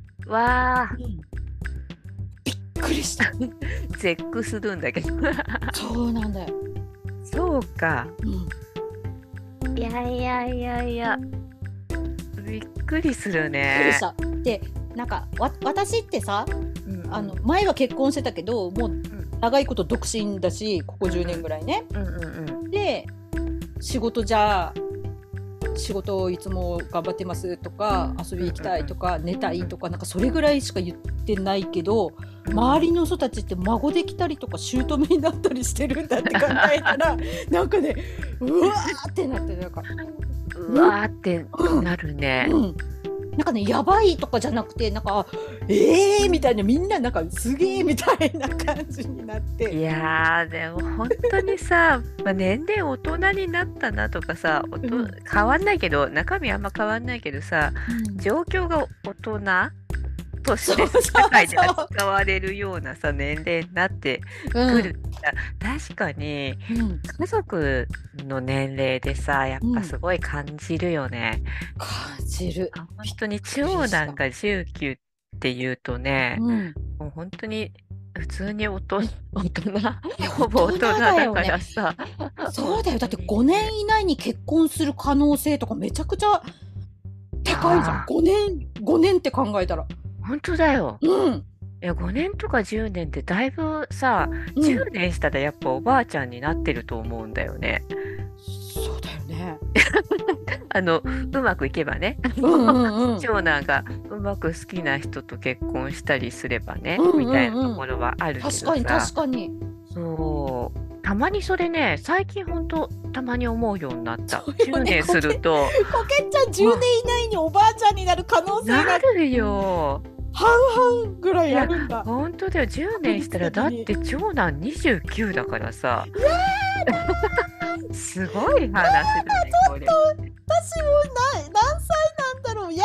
びっくりした。 絶句するんだけど。 そうなんだよ。 そうか。いや。びっくりするね。 びっくりした。で、なんか私ってさ、前は結婚してたけど、もう長いこと独身だし、ここ10年ぐらいね。で、仕事をいつも頑張ってますとか、遊び行きたいとか、寝たいとか、なんかそれぐらいしか言ってないけど、周りの人たちって孫できたりとか姑になったりしてるんだって考えたらなんかねうわーってなって、なんかうわーってなるね。 なんかねやばいとかじゃなくて、なんかみたいな、みんななんかすげーみたいな感じになって。 いやーでも本当にさ、年齢大人になったなとかさ、変わんないけど、中身あんま変わんないけどさ、状況が大人として社会で使われるようなさ年齢になってくる。確かに家族の年齢でさやっぱすごい感じるよね。 感じる。 本当に長男が19っていうとね、もう本当に普通に大人ほぼ大人だからさ。 そうだよ。だって5年以内に結婚する可能性とかめちゃくちゃ高いじゃん。5年って考えたら。 本当だよ。いや5年とか10年ってだいぶさ、10年したらやっぱおばあちゃんになってると思うんだよね。 そうだよね。 うまくいけばね、長男がうまく好きな人と結婚したりすればね、みたいなところはあるけどさ。 確かに。 そうたまにそれね、最近ほんとたまに思うようになった。10年するとこけちゃん10年以内におばあちゃんになる可能性がなるよ。 半々ぐらいやるんだ。 本当だよ。10年したらだって長男29だからさ。 すごい話だね、これ。 私も何歳なんだろう。いや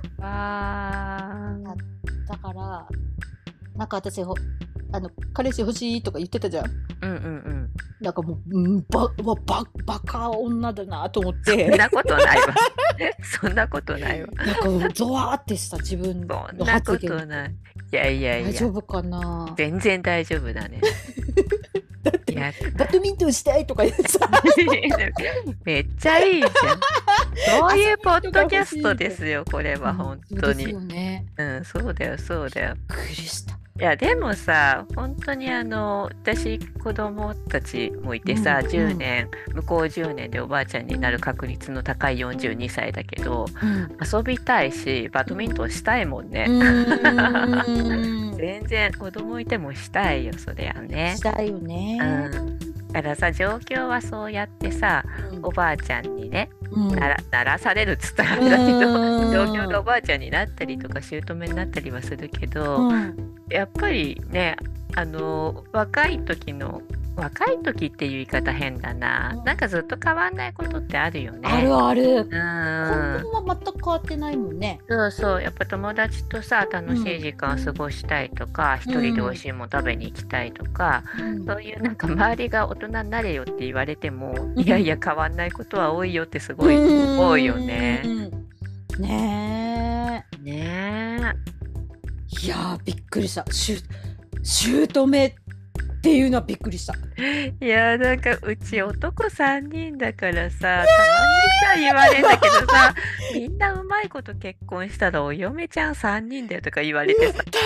だからなんか私彼氏欲しいとか言ってたじゃん。なんかもうバカ女だなと思って。 そんなことないわ。そんなことないわ。 なんかゾワーってした自分の発言。 そんなことない。いやいやいや。 大丈夫かな。 全然大丈夫だね。 だってバドミントンしたいとか言ってさ。 めっちゃいいじゃん。そういうポッドキャストですよ、これは本当に。そうだよ、そうだよ。 びっくりした。 いやでもさ、本当に私子供たちもいてさ、10年向こう10年でおばあちゃんになる確率の高い42歳だけど、遊びたいしバドミントンしたいもんね。全然子供いてもしたいよ、それはね。 したいよね。 だからさ、状況はそうやってさ、おばあちゃんにね、ならされるっつったらあれだけど、状況がおばあちゃんになったりとか姑になったりはするけど、やっぱりね、若い時っていう言い方変だな、なんかずっと変わんないことってあるよね。 あるある。根本は全く変わってないもんね。 そうそう、やっぱ友達とさ楽しい時間を過ごしたいとか、一人で美味しいもの食べに行きたいとか、そういうなんか周りが大人になれよって言われても、いやいや変わんないことは多いよってすごい思うよね。 ねえ。ねえ。いやびっくりした。姑っていうのはびっくりした。 いやなんかうち男3人だからさ、たまにさ言われるんだけどさ、みんなうまいこと結婚したらお嫁ちゃん3人だよとか言われてさ、 ちょっと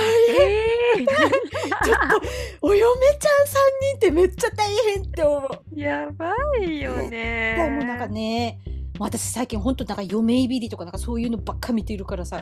お嫁ちゃん3人ってめっちゃ大変って思う。 やばいよね。 でもなんかね、私最近本当なんか嫁いびりとかなんかそういうのばっか見てるからさ。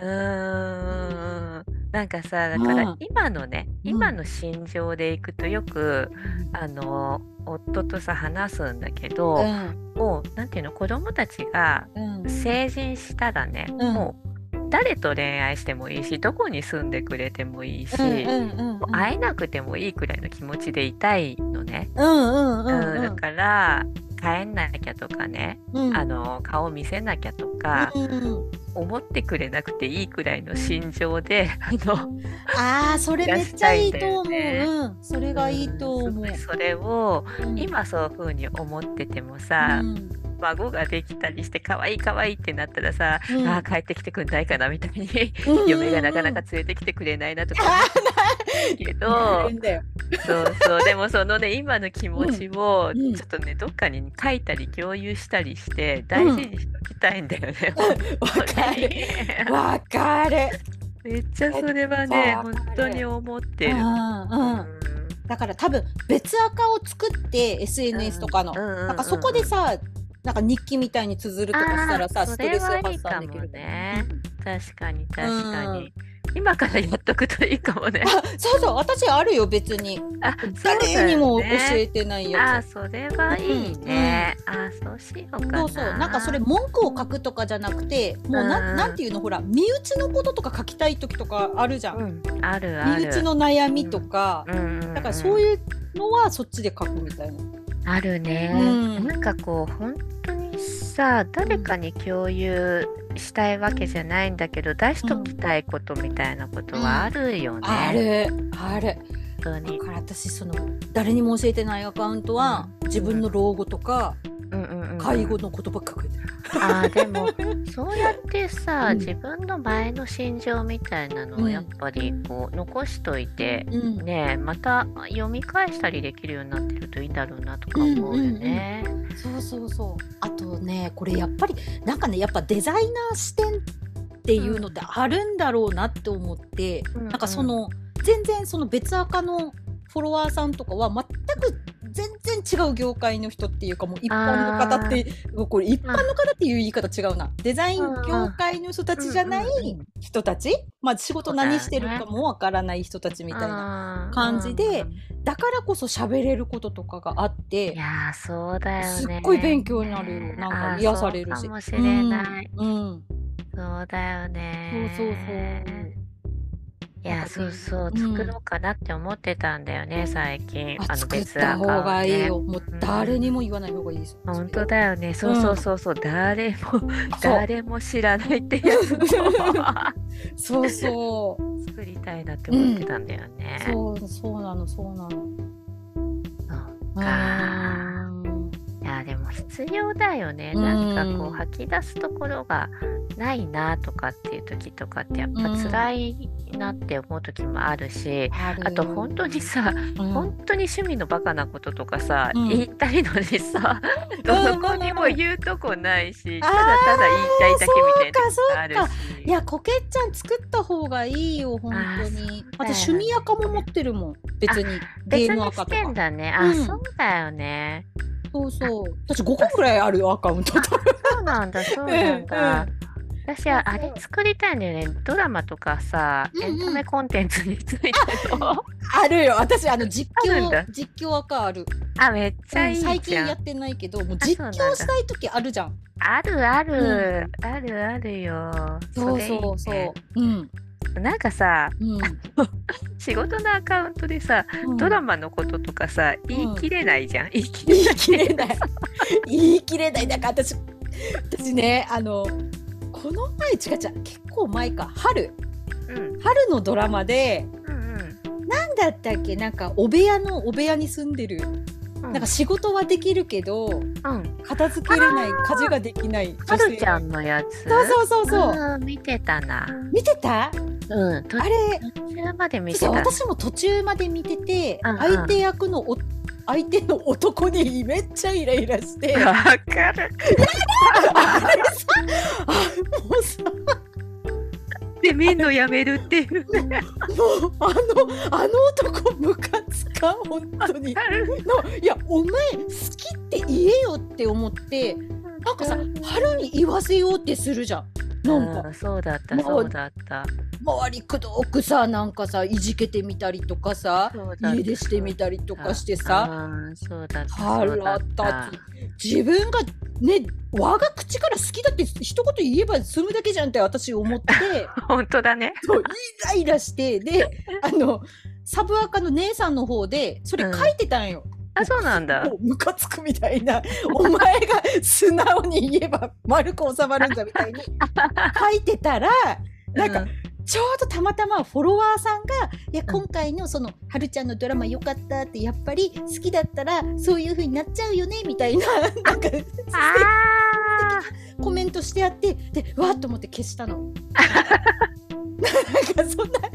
なんかさ、だから今の心情でいくとよく夫とさ話すんだけど、もうなんていうの、子供たちが成人したらね、もう誰と恋愛してもいいし、どこに住んでくれてもいいし、もう会えなくてもいいくらいの気持ちでいたいのね。だから帰んなきゃとかね、顔見せなきゃとか、思ってくれなくていいくらいの心情でそれめっちゃいいと思う。それがいいと思う。 それを今そういう風に思っててもさ、孫ができたりして可愛い可愛いってなったらさ、帰ってきてくんないかなみたいに嫁がなかなか連れてきてくれないなとか思うけど、そうでもそのね今の気持ちをちょっとねどっかに書いたり共有したりして大事にしときたいんだよね。 わかる。 めっちゃそれはね本当に思ってる。 だから多分別アカを作って SNS とかのなんかそこでさ、なんか日記みたいに綴るとかしたらさ、ストレス発散できるね。確かに確かに。今からやっとくといいかもね。 そうそう、私あるよ別に。誰にも教えてないやつ。 それはいいね。そうしようかな。 そうそう、なんかそれ文句を書くとかじゃなくて、もうなんていうの、ほら身内のこととか書きたい時とかあるじゃん。 ある。 身内の悩みとか、だからそういうのはそっちで書くみたいな。 あるね。なんかこう本当にさ、誰かに共有したいわけじゃないんだけど、出しときたいことみたいなことはあるよね。 ある。だから私誰にも教えてないアカウントは、自分の老後とか、介護のことばっか書いてる。 でもそうやってさ、自分の前の心情みたいなのをやっぱりこう残しといて、ね、また読み返したりできるようになってるといいんだろうなとか思うよね。 そう。あとね、これやっぱりなんかね、やっぱデザイナー視点っていうのってあるんだろうなって思って、なんか全然別アカのフォロワーさんとかは全く全然違う業界の人っていうか、もう一般の方って、これ一般の方っていう言い方違うな、デザイン業界の人たちじゃない人たち、仕事何してるかもわからない人たちみたいな感じで、だからこそ喋れることとかがあって、 いやそうだよね、 すっごい勉強になるよ。なんか癒されるし。 そうかもしれない。そうだよね。 そう。 いや、そうそう、作ろうかなって思ってたんだよね、最近。 作った方がいいよ。もう誰にも言わない方がいいです。 本当だよね。そうそうそうそう、誰も知らないってやつ。 そうそう。 作りたいなって思ってたんだよね。 そうなの。 そうか。いや、でも必要だよね。なんかこう吐き出すところがないなとかっていう時とかってやっぱ辛いなって思う時もあるし、あと本当にさ、本当に趣味のバカなこととかさ、言いたいのにさ、どこにも言うとこないし、ただただ言いたいだけみたいなのがあるし。 いや、こけっちゃん作った方がいいよ、本当に。私、趣味アカも持ってるもん、別に。 ゲームアカとか。別にしてんだね。そうだよね。 そうそう。私5個ぐらいあるよ、アカウント。 そうなんだ。私はあれ作りたいんだよね。ドラマとかさ、エンタメコンテンツについての。 あるよ。私、実況アカある。 めっちゃいいじゃん。 最近やってないけど、もう実況したい時あるじゃん。 あるあるよ。 そう。 なんかさ、仕事のアカウントでさ、ドラマのこととかさ、言い切れないじゃん。言い切れない。 だから私ね、この前結構前か、春のドラマで、なんだったっけ、なんかお部屋に住んでる。なんか仕事はできるけど、片付けれない、家事ができない女性。はるちゃんのやつ。 そう。 見てたな。 見てた？ あれ途中まで見てた。 私も途中まで見てて、相手の男にめっちゃイライラして。 わかる。 あれさ、もうさ。 で見んのやめるっていうね。 もうあの男ムカつか本当に。いやお前好きって言えよって思って、なんかさ春に言わせようってするじゃん。なんかそうだった。 周りくどくさ、なんかさいじけてみたりとかさ、家出してみたりとかしてさ、腹立つ。自分がね、我が口から好きだって一言言えば済むだけじゃんって私思って本当だね。 そうイライラして、でサブアカの姉さんの方でそれ書いてたんよ。 そうなんだ。 ムカつくみたいな、お前が素直に言えば丸く収まるんだみたいに書いてたら、なんかちょうどたまたまフォロワーさんが「いや今回のそのはるちゃんのドラマ良かった」って、やっぱり好きだったらそういう風になっちゃうよねみたいな、なんか素敵なコメントしてあって、でわーっと思って消したの。なんかそんな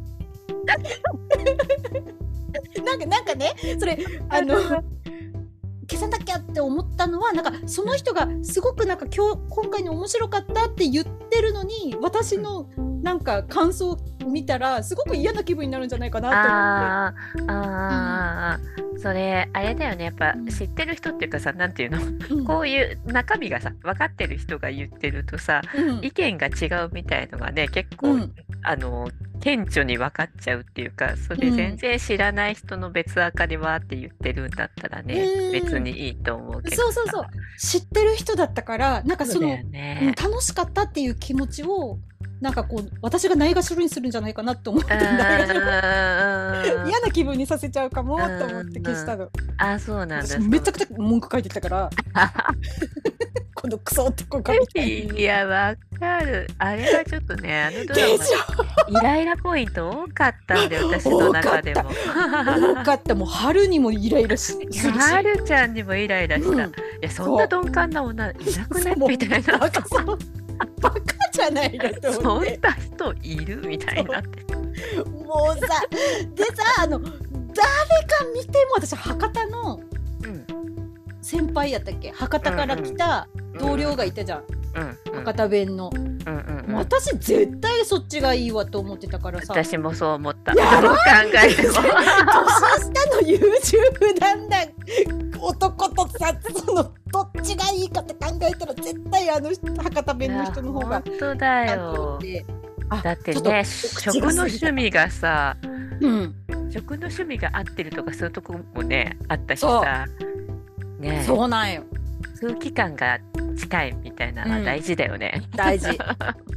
なんかね、それ消さなきゃって思ったのは、なんかその人がすごくなんか今回の面白かったって言ってるのに、私のなんか感想を見たらすごく嫌な気分になるんじゃないかなと思って。 それあれだよね、やっぱ知ってる人っていうかさ、なんていうの、こういう中身がさ分かってる人が言ってるとさ、意見が違うみたいのがね、結構、顕著に分かっちゃうっていうか、それ全然知らない人の別アカでわーって言ってるんだったらね、別にいいと思うけどさ。そう知ってる人だったから、なんか楽しかったっていう気持ちをなんかこう私がないがしろにするんじゃないかなって思って、嫌な気分にさせちゃうかもと思って消したの。 そうなんだ。 めちゃくちゃ文句書いてたからこのクソ男がみたいな。 いやわかる。あれはちょっとね、あのドラマイライラポイント多かったんだよ、私の中でも。 多かった。もう春にもイライラするし、 春ちゃんにもイライラした。いやそんな鈍感な女いなくないみたいな。 バカじゃないなと思って。 そんな人いるみたいになって。 もうさ、でさ、誰か見ても、私博多の先輩やったっけ、博多から来た同僚がいたじゃん、博多弁の。私絶対そっちがいいわと思ってたからさ。 私もそう思った。やろう考えても年下の優柔不断な男とさ、どっちがいいかって考えたら絶対博多弁の人の方が。 本当だよ。だってね、食の趣味がさ、食の趣味が合ってるとかそういうとこもねあったしさ、ね、 そうなんよ。 空気感が近いみたいなのは大事だよね。 大事。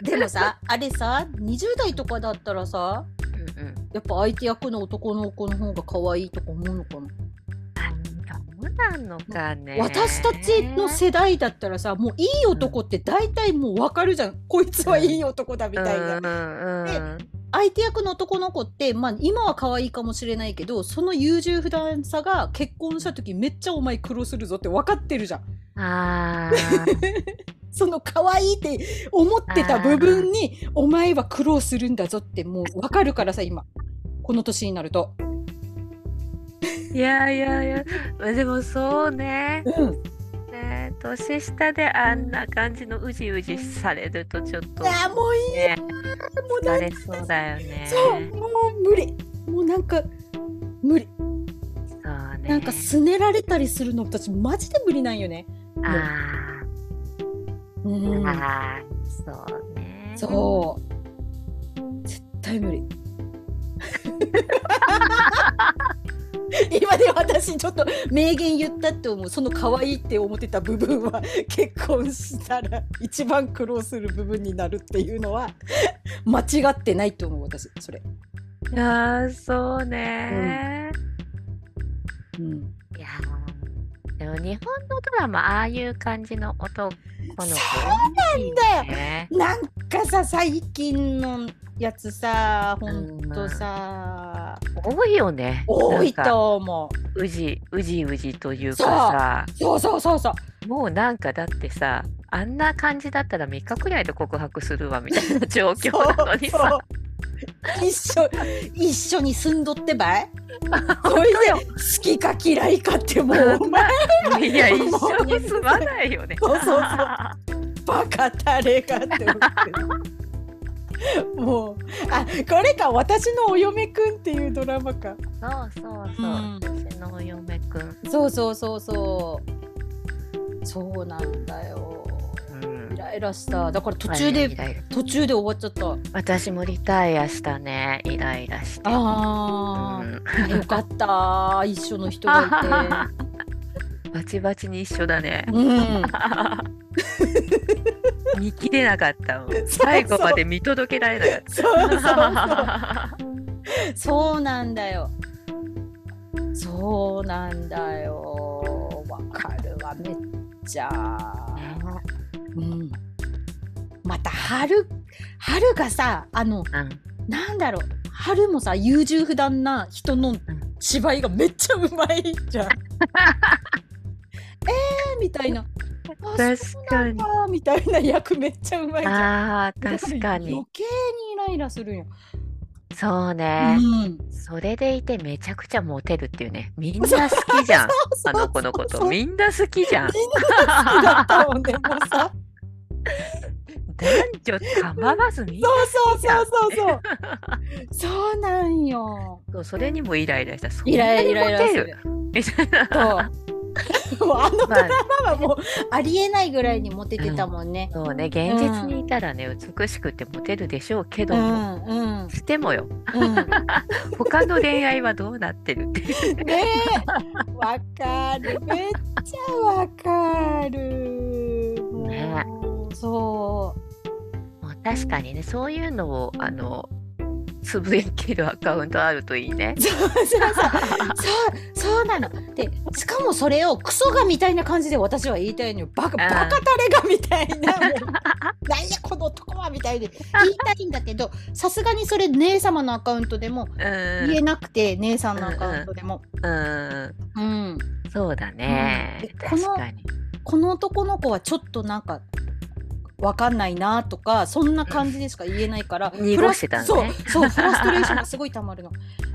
でもさ、あれさ、20代とかだったらさ、やっぱ相手役の男の子の方が可愛いとか思うのかな。 そうなのかね。 私たちの世代だったらさ、もういい男って大体もう分かるじゃん。こいつはいい男だみたいな。で、相手役の男の子って、まあ今は可愛いかもしれないけど、その優柔不断さが結婚した時めっちゃお前苦労するぞって分かってるじゃん。その可愛いって思ってた部分にお前は苦労するんだぞってもう分かるからさ、今この年になると。 いやでもそうね。ね、年下であんな感じのうじうじされるとちょっと、 もういい、 ね、もう疲れそうだよね。 そう、もう無理、もうなんか無理。 そうね。 なんかすねられたりするの私マジで無理なんよね。 そうね。 そう絶対無理。今で私ちょっと名言言ったって思う。その可愛いって思ってた部分は結婚したら一番苦労する部分になるっていうのは間違ってないと思う私それ。 いやそうね、いやでも日本のドラマああいう感じの男の子そうなんだよ、なんかさ最近のやつさほんとさ、 多いよね。 多いと思う。うじというかさ、 そうもうなんかだってさあんな感じだったら3日くらいで告白するわみたいな状況なのにさ一緒に住んどってばいそれで好きか嫌いかってもうお前いや一緒に住まないよね。 そうバカタレがって思ってもうこれか私のお嫁くんっていうドラマか。 そう私のお嫁くん。 そうなんだよ、イライラした。だから途中で終わっちゃった。 私もリタイアしたね、イライラして。 よかった一緒の人がいてバチバチに一緒だね。見切れなかったもん。最後まで見届けられなかった。 そうなんだよ。わかるわめっちゃ。また春がさなんだろう、春もさ優柔不断な人の芝居がめっちゃうまいじゃん。みたいな。 確かにみたいな役めっちゃうまいじゃん。 確かに余計にイライラするよ。 そうね、それでいてめちゃくちゃモテるっていうね。みんな好きじゃん。あの子のことみんな好きじゃん。 みんな好きだったもんね。もうさ男女構わずみんな好きじゃん。 そうなんよ。 それにもイライラした。 イライラするみたいな。あのドラマはもうありえないぐらいにモテてたもんね。 そうね、現実にいたらね、美しくてモテるでしょうけども、してもよ、他の恋愛はどうなってるってねわかる、めっちゃわかるね。 そう確かにね、そういうのをつぶやけるアカウントあるといいね。 そうなの。でしかもそれをクソがみたいな感じで私は言いたいのよ。バカタレがみたいななんやこの男はみたいで言いたいんだけど、さすがにそれ姉様のアカウントでも言えなくて、姉さんのアカウントでもそうだね、確かにこの男の子はちょっとなんかわかんないなとかそんな感じでしか言えないから濁してたんね。 そうフラストレーションがすごいたまるの。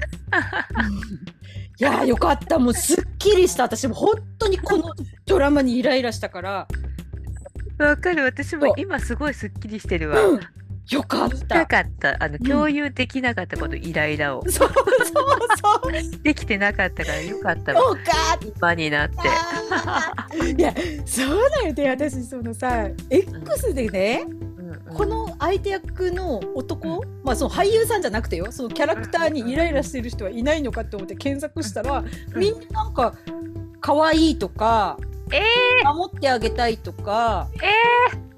いやよかった、もうすっきりした。私も本当にこのドラマにイライラしたから。 わかる、私も今すごいすっきりしてるわ。 よかった。 共有できなかったこと、イライラを。できてなかったからよかったわ。今になって。 いやそうだよね。私そのさ X でね、この相手役の男、まあその俳優さんじゃなくてよ、そのキャラクターにイライラしてる人はいないのかって思って検索したら、みんななんか可愛いとか、守ってあげたいとか、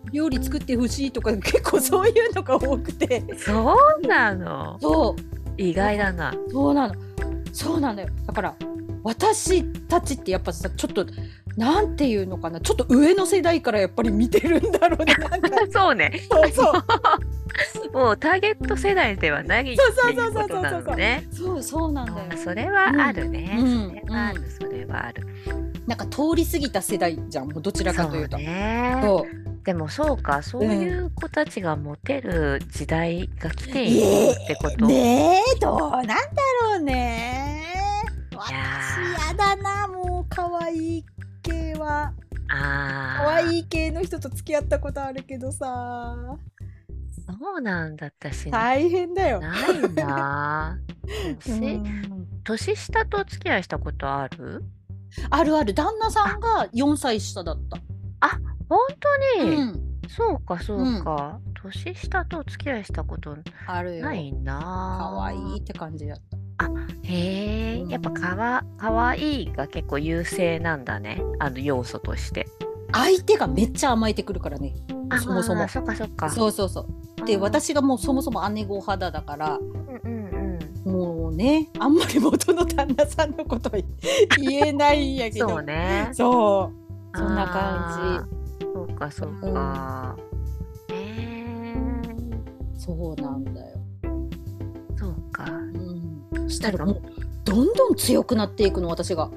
料理作ってほしいとか結構そういうのが多くて。 そうなの。 そう意外だな。 そうなの。そうなんだよ。だから私たちってやっぱさ、ちょっとなんていうのかな、ちょっと上の世代からやっぱり見てるんだろうね。なんかそうね。 そうそうもうターゲット世代ではないっていうことなのね。 そうなんだよ。 それはあるね。 うんそれはある、それはある。 なんか通り過ぎた世代じゃん、もうどちらかというと。 そうね。でもそうか、そういう子たちがモテる時代が来ているってこと。 ねえ、どうなんだろうね。私やだな、もう可愛い系は。可愛い系の人と付き合ったことあるけどさ。 そうなんだったし、 大変だよ。 ないな。年下と付き合いしたことある？ あるある。旦那さんが4歳下だった。 あ、本当に、そうかそうか、年下と付き合いしたことないな。 可愛いって感じだった。 あ、へえ、やっぱ可愛いが結構優勢なんだね、要素として。 相手がめっちゃ甘えてくるからね、そもそも。 そっかそっか。 そうで、私がもうそもそも姉御肌だから、もうね、あんまり元の旦那さんのことは言えないんやけど。 そうね。 そんな感じ。そうかそうか。 そうなんだよ。 そうか。 そしたらもうどんどん強くなっていくの、私が。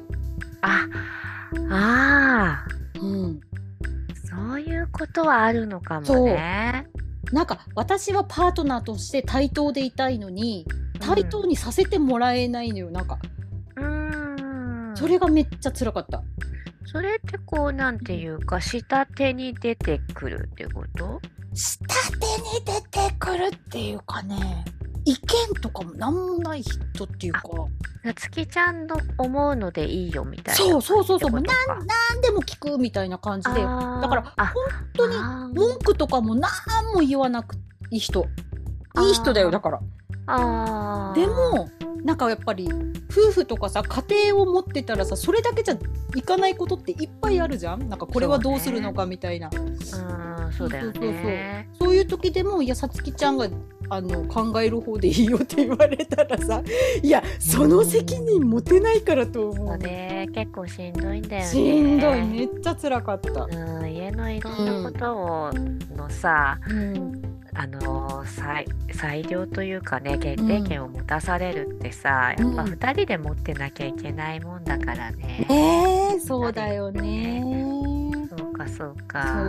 そういうことはあるのかもね。 なんか私はパートナーとして対等でいたいのに、対等にさせてもらえないのよ、なんか。それがめっちゃ辛かった。 それってこう、なんていうか、下手に出てくるってこと？ 下手に出てくるっていうかね、意見とかもなんもない人っていうか。 なつきちゃんの思うのでいいよみたいな。 そうもうなんでも聞くみたいな感じで、だから本当に文句とかもなんも言わなくていい人だよ。だからでもなんかやっぱり夫婦とかさ、家庭を持ってたらさ、それだけじゃいかないことっていっぱいあるじゃん。なんかこれはどうするのかみたいな。 そうだよね。 そういう時でも、いや、さつきちゃんが考える方でいいよって言われたらさ、いや、その責任持てないからと思う。 結構しんどいんだよね。 しんどい、めっちゃ辛かった。 家のいろんなことのさ、裁量というかね、決定権を持たされるってさ、やっぱ2人で持ってなきゃいけないもんだからね。 そうだよね。 そうか。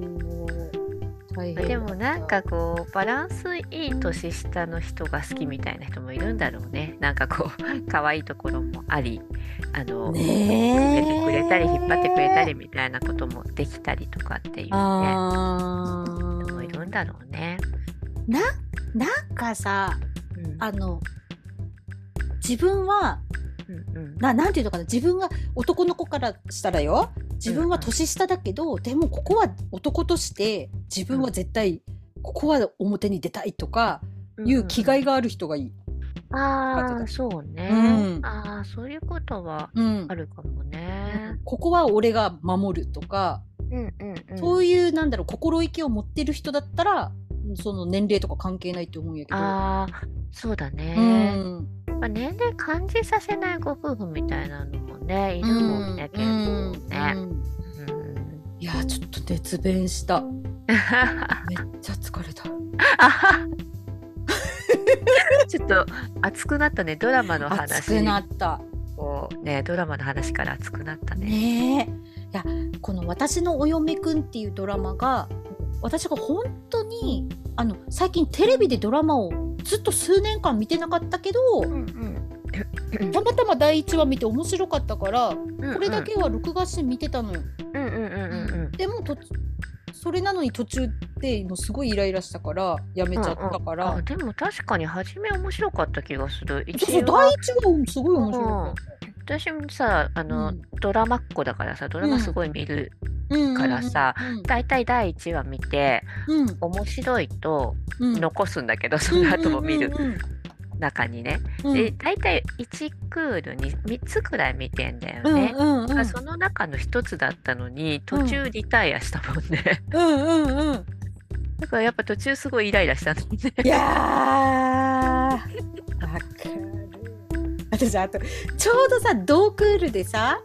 でもなんかこうバランスいい年下の人が好きみたいな人もいるんだろうね。なんかこう可愛いところもあり、埋めてくれたり引っ張ってくれたりみたいなこともできたりとかっていうね。人もいるんだろうね。 なんかさ、自分はなんていうのかな、自分が男の子からしたらよ、自分は年下だけど、でもここは男として自分は絶対ここは表に出たいとかいう気概がある人がいい。 そうね。そういうことはあるかもね。 ここは俺が守るとか、そういうなんだろう、心意気を持ってる人だったら、その年齢とか関係ないと思うんやけど。 そうだね。年齢感じさせないご夫婦みたいなのもね、いるもんね、結構ね。 いや、ちょっと熱弁した。めっちゃ疲れた。 ちょっと熱くなったね、ドラマの話。 熱くなった。 ドラマの話から熱くなったね。 いや、この私のお嫁くんっていうドラマが、私が本当に最近テレビでドラマをずっと数年間見てなかったけど、たまたま第1話見て面白かったから、これだけは録画して見てたのよ。でもそれなのに途中でもうすごいイライラしたからやめちゃったから。 でも確かに初め面白かった気がする。 第1話すごい面白かった。 私もさ、ドラマっ子だからさ、ドラマすごい見るからさ、だいたい第1話見て、面白いと残すんだけど、その後も見る。 中にね。 うんで、大体1クールに3つくらい見てんだよね。その中の1つだったのに、途中リタイアしたもんね。だからやっぱ途中すごいイライラしたんだね。 いやー、わかる。私、あと、ちょうどさ、同クールでさ、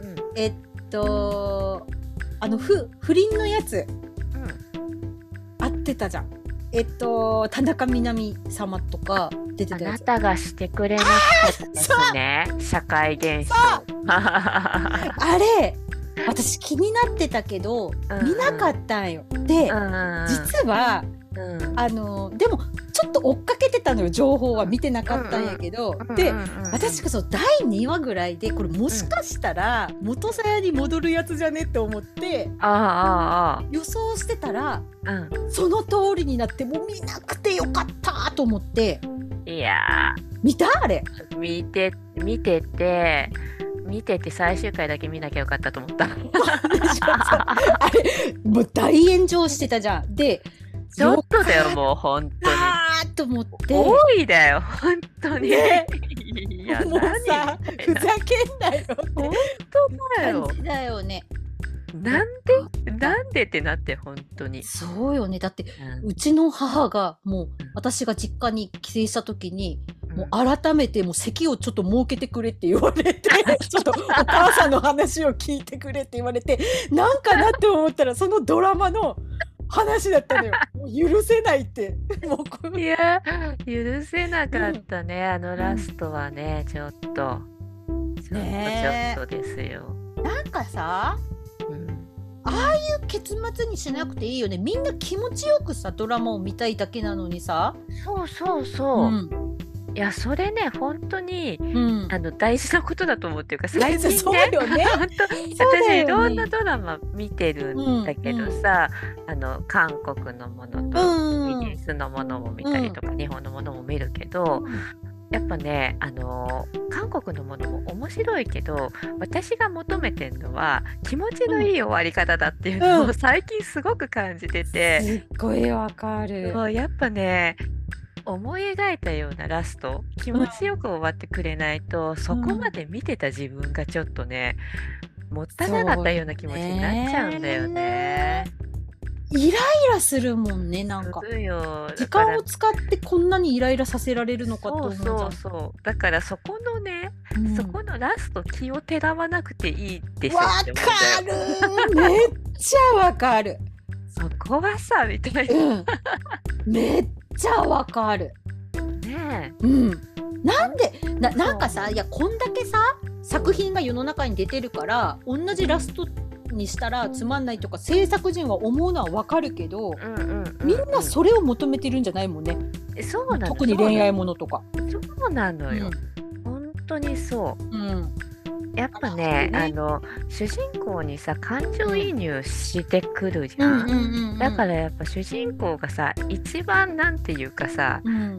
不倫のやつ、あってたじゃん。田中みな実様とか出てたやつ。 あなたがしてくれなかったですね。社会現象。 あれ、私気になってたけど、見なかったんよ。で、実は、でもちょっと追っかけてたのよ、情報は見てなかったんやけど、で、私こそ第2話ぐらいでこれもしかしたら元さやに戻るやつじゃねって思って予想してたら、その通りになって、もう見なくてよかったと思って。 いや見た？あれ見てて最終回だけ見なきゃよかったと思った。 あれもう大炎上してたじゃん。で、 ちょっとだよ、もう本当に。 と思って。 多いだよ、本当に。ね、 いや、もうさ、ふざけんなよって。 本当だよ。 感じだよね。 なんでってなって、本当に。 そうよね。だって、うちの母がもう、私が実家に帰省した時に、もう改めてもう席をちょっと設けてくれって言われて、ちょっとお母さんの話を聞いてくれって言われて、なんかなって思ったら、そのドラマの話だったのよ。もう許せないって。 いや、許せなかったね、あのラストはね、ちょっとですよ。 なんかさ、ああいう結末にしなくていいよね。みんな気持ちよくさ、ドラマを見たいだけなのにさ。 そう。いや、それね、本当に、大事なことだと思うっていうか、最近ね、 そうよね。 私いろんなドラマ見てるんだけどさ、韓国のものとイギリスのものも見たりとか、日本のものも見るけど、やっぱね、韓国のものも面白いけど、私が求めてるのは気持ちのいい終わり方だっていうのを最近すごく感じてて、 すっごいわかる。 やっぱね、思い描いたようなラスト、気持ちよく終わってくれないと、そこまで見てた自分がちょっとね、もったいなかったような気持ちになっちゃうんだよね。 イライラするもんね、なんか。時間を使ってこんなにイライラさせられるのかと思うじゃん。 そう。だからそこのね、そこのラスト気をてらわなくていいでしょって思うんだよ。 わかる。めっちゃわかる。 そこはさ、みたいな。 めっちゃわかる。 ねえ。なんでなんかさ、いや、こんだけさ作品が世の中に出てるから同じラストにしたらつまんないとか制作陣は思うのはわかるけど、みんなそれを求めてるんじゃないもんね。 そうなの。 特に恋愛ものとか。 そうなのよ。本当にそう。やっぱね、主人公にさ感情移入してくるじゃん。だからやっぱ主人公がさ一番なんていうかさ、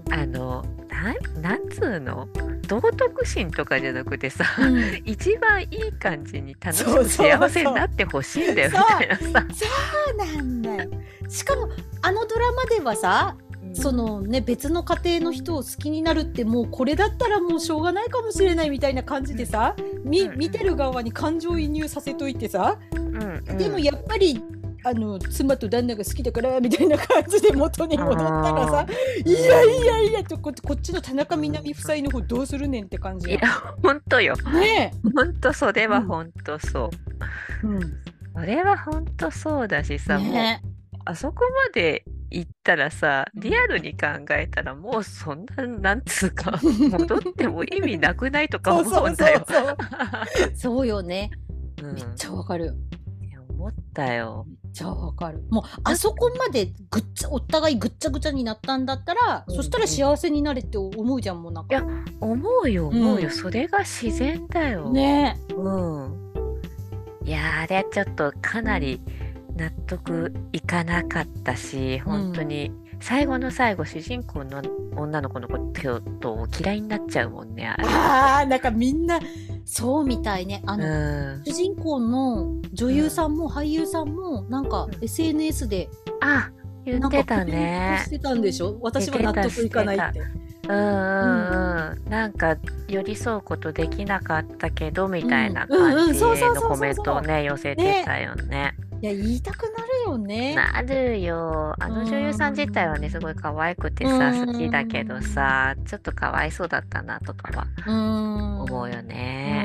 なんつうの、道徳心とかじゃなくてさ、一番いい感じに楽しく幸せになってほしいんだよみたいなさ。 そうなんだよ。しかもあのドラマではさ、そのね、別の家庭の人を好きになるってもうこれだったらもうしょうがないかもしれないみたいな感じでさ、見てる側に感情移入させといてさ、でもやっぱり妻と旦那が好きだからみたいな感じで元に戻ったらさ、いやとこっちの田中みな実夫妻の方どうするねんって感じ。 いや本当よ。 ね、 本当それは本当そう。それは本当そうだしさ、もうあそこまで行ったらさ、リアルに考えたらもうそんな、なんつうか戻っても意味なくないとか思うんだよ。 そうよね。めっちゃわかる。 思ったよ。 めっちゃわかる。もうあそこまでお互いぐっちゃぐちゃになったんだったら、そしたら幸せになれって思うじゃん。もうなんか。 いや思うよ。それが自然だよ。 ね。 いやあれちょっとかなり納得いかなかったし、本当に最後の最後主人公の女の子のことを嫌いになっちゃうもんね。 なんかみんなそうみたいね。主人公の女優さんも俳優さんもなんか SNS で言ってたね。 してたんでしょ。私は納得いかないって。 なんか寄り添うことできなかったけどみたいな感じのコメントをね寄せてたよね。 いや言いたくなるよね。 なるよ。あの女優さん自体はねすごい可愛くてさ好きだけどさちょっとかわいそうだったなとかは思うよね。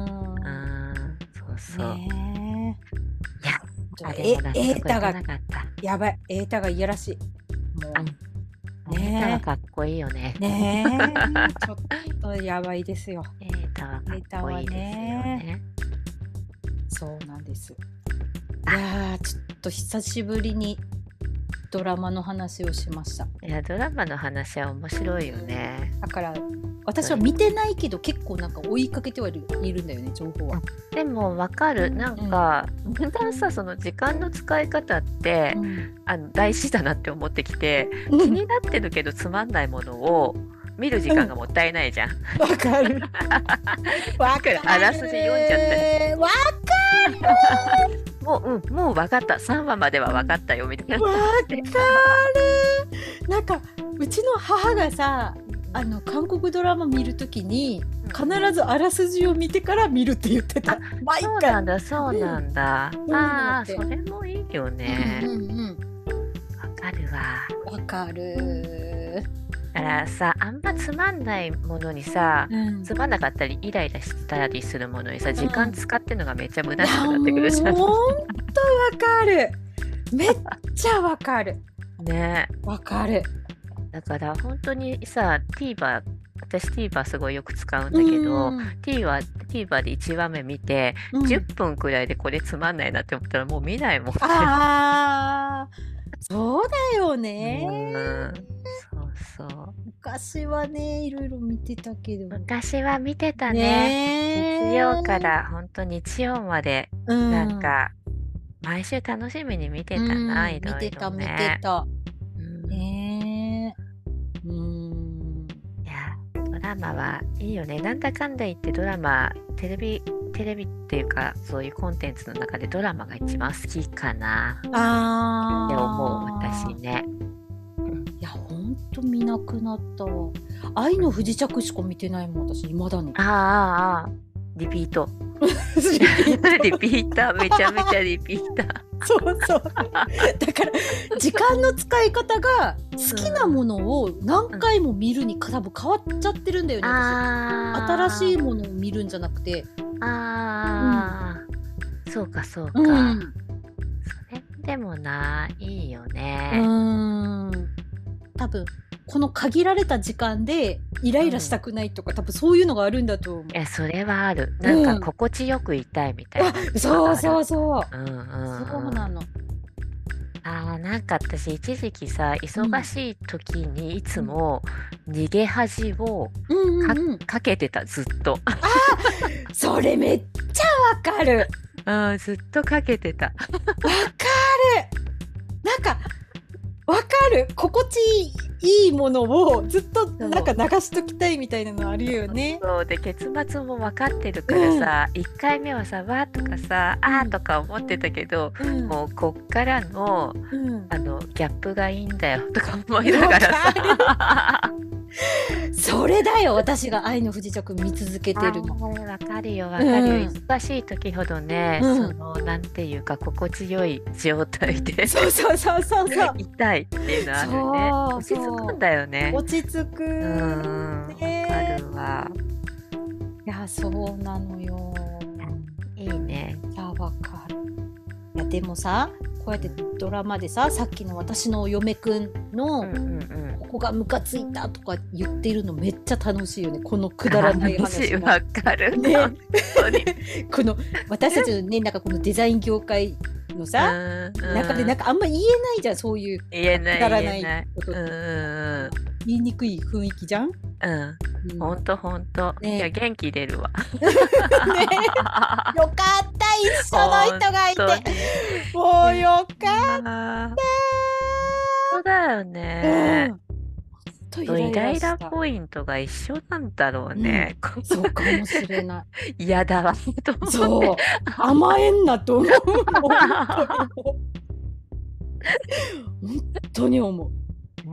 そうそう。 ね、 いやエータがやばい。エータがいやらしい。もうエータはかっこいいよね。 ねちょっとやばいですよ。 エータはかっこいいですよね。 そうなんです。いやちょっと久しぶりにドラマの話をしました。 いやドラマの話は面白いよね。 だから私は見てないけど結構なんか追いかけてはいるんだよね情報は。 でもわかる。なんかだんだんさその時間の使い方って、大事だなって思ってきて、気になってるけどつまんないものを見る時間がもったいないじゃん。 わかる。わかる。 あらすじ読んじゃったり。 わかる。 もう分かった。3話までは分かったよみたいな。 わかる。なんかうちの母がさ韓国ドラマ見るときに必ずあらすじを見てから見るって言ってた。 そうなんだそうなんだ。ああそれもいいよね。わかるわ。 わかる。 だからさあんまつまんないものにさ、つまんなかったりイライラしたりするものにさ時間使ってるのがめっちゃ虚しくなってくるじゃん。 ほんとわかる。めっちゃわかる。 ね。 わかる。 だから本当にさ TVer 私 TVer すごいよく使うんだけど、TVer で1話目見て、10分くらいでこれつまんないなって思ったらもう見ないもんね。 そうだよね。 そう昔はねいろいろ見てたけど。 昔は見てたね。日曜から本当日曜まで、なんか毎週楽しみに見てたな、いろいろね。 見てた。 いやドラマはいいよね。なんだかんだ言ってドラマテレビっていうかそういうコンテンツの中でドラマが一番好きかなって思う私ね。 いやほんと見なくなったわ。愛の不時着しか見てないもん私未だに。 リピートリピーターめちゃめちゃリピーター。 そうだから時間の使い方が好きなものを何回も見るに多分変わっちゃってるんだよね。新しいものを見るんじゃなくて。 そうかそれでもいいよね。 多分この限られた時間でイライラしたくないとか、多分そういうのがあるんだと思う。 いやそれはある。なんか心地よくいたいみたいな。 そうそうなの。 なんか私一時期さ忙しい時にいつも逃げ恥をかけてたずっと。 それめっちゃわかる。 ずっとかけてた。わかる。 なんかわかる。心地いいものをずっとなんか流しときたいみたいなのあるよね。 そうで結末も分かってるからさ、1回目はさわーとかさとか思ってたけど、もうこっからの、ギャップがいいんだよとか思いながらさそれだよ私が愛の不時着見続けてるの。 わかるよ忙しい時ほどね、そのなんていうか心地よい状態でそういたいっていうのあるね。落ち着くんだよね。 落ち着く。 わかるわ。 いやそうなのよ。 いいね。 わかる。いやでもさこうやってドラマでささっきの私の嫁くんの、ここがムカついたとか言ってるのめっちゃ楽しいよね。こくだらない話が。 わかるね。 この私たちのねなんかこのデザイン業界のさ中でなんかあんま言えないじゃんそういうくだらないこと言いにくい雰囲気じゃん。 ほんといや元気出るわ。 よかった一緒の人がいてもうよかった。 そうだよね。イライラポイントが一緒なんだろうね。 そうかもしれない。 嫌だわと思って。 そう甘えんなと思う。本当に思う。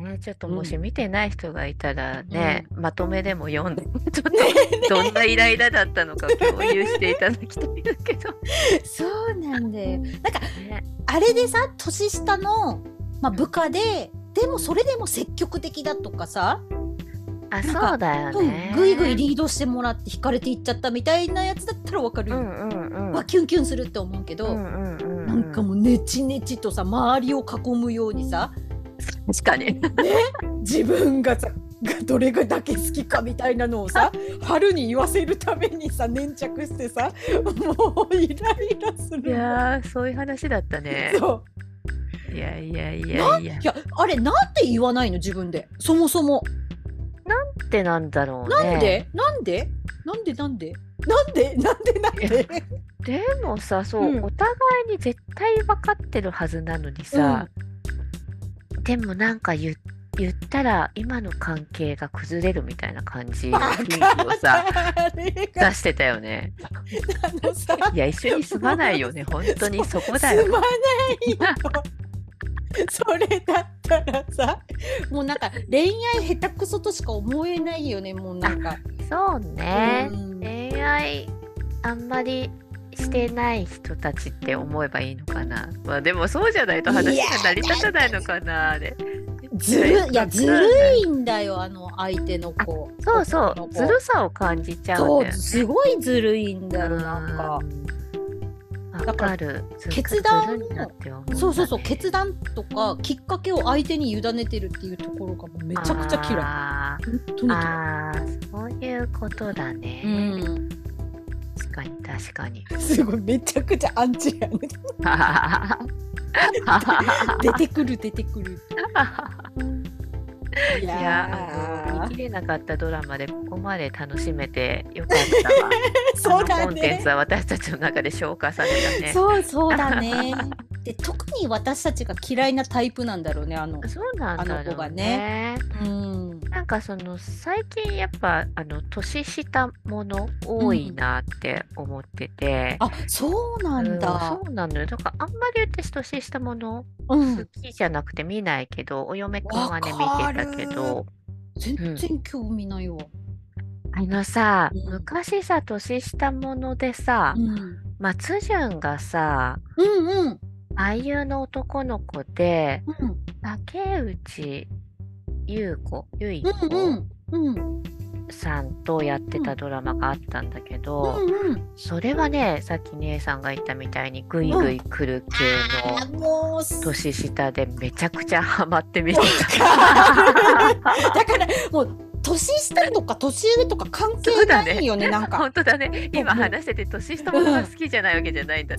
ね、ちょっともし見てない人がいたらね、まとめでも読んで、ちょっとどんなイライラだったのか共有していただきたいんだけど。 そうなんだよ。なんか、あれでさ、年下の、部下で、でもそれでも積極的だとかさ、 そうだよね。 ぐいぐいリードしてもらって惹かれていっちゃったみたいなやつだったらわかるよ。キュンキュンするって思うけど、なんかもうネチネチとさ、周りを囲むようにさ、 確かに。 自分がさ、どれだけ好きかみたいなのをさ、春に言わせるためにさ、粘着してさ、もうイライラする。 いやー、そういう話だったね。 そう。 いや、 あれなんで言わないの自分で、そもそも。 なんでなんだろうね。 なんででもさ、そう、お互いに絶対分かってるはずなのにさ、でもなんか言ったら今の関係が崩れるみたいな感じの雰囲気をさ出してたよね。いや、一緒に住まないよね。本当にそこだよ。 住まないよ。それだったらさ、もうなんか恋愛下手くそとしか思えないよね。もうなんかそうね、恋愛あんまりしてない人たちって思えばいいのかな。でもそうじゃないと話が成り立たないのかな。あれずるいんだよ、相手の子。 そうずるさを感じちゃうんだよね。 そう、すごいずるいんだよ。なんかだから決断を決断とかきっかけを相手に委ねてるっていうところがめちゃくちゃ嫌い。本当に嫌い。 そういうことだね。確かに。 すごい、めちゃくちゃアンチやね。出てくる。 いや、見切れなかったドラマでここまで楽しめてよかったわ。 そうだね。 コンテンツは私たちの中で消化されたね。 そうだね。で、特に私たちが嫌いなタイプなんだろうね、 そうなんだろうね。 あの子がね。 なんか最近やっぱ年下もの多いなって思ってて。 そうなんだ。 そうなのよ。だからあんまり私年下もの好きじゃなくて見ないけど、お嫁くんはね見てたけど。 全然興味ないわ。 さ、昔さ、年下ものでさ、松潤がさ、俳優の男の子で、竹内結子さんとやってたドラマがあったんだけど、それはね、さっき姉さんが言ったみたいにグイグイ来る系の年下でめちゃくちゃハマって見てた。 だからもう年下とか年上とか関係ないよね。なんか本当だね。今話してて年下ものが好きじゃないわけじゃないんだって。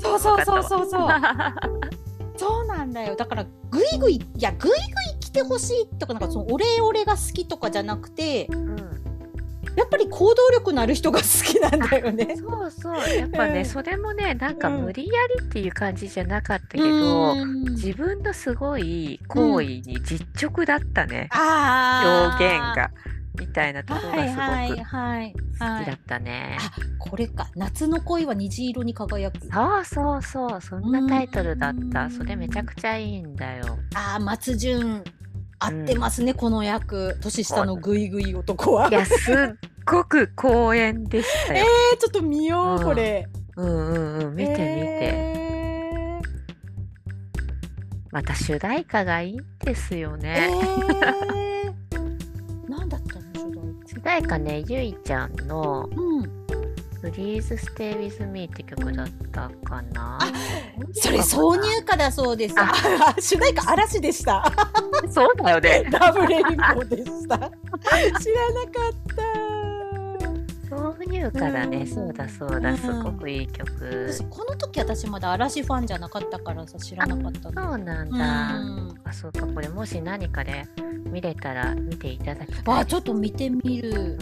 そうなんだよ。だからグイグイ来てほしいとか、なんか俺が好きとかじゃなくて、やっぱり行動力のある人が好きなんだよね。 そうやっぱね、それもね、なんか無理やりっていう感じじゃなかったけど、自分のすごい行為に実直だったね、表現がみたいなところがすごく好きだったね。 これか、夏の恋は虹色に輝く。 そうそんなタイトルだった。それめちゃくちゃいいんだよ。 松潤合ってますね、この役。年下のグイグイ男は。 いや、すっごく光栄でしたよ。 ちょっと見よう、これ。 見て。また主題歌がいいんですよね。 何だったの主題歌ね、ゆいちゃんのPlease Stay With Me って曲だったかな。 それ挿入歌だそうです。主題歌嵐でした。 そうだよね。 ダブルレインボーでした。知らなかった。 挿入歌だね。そうだ、すごくいい曲。 この時私まだ嵐ファンじゃなかったからさ、知らなかった。 そうなんだ。そうか、これもし何かで見れたら見ていただきたい。 ちょっと見てみる。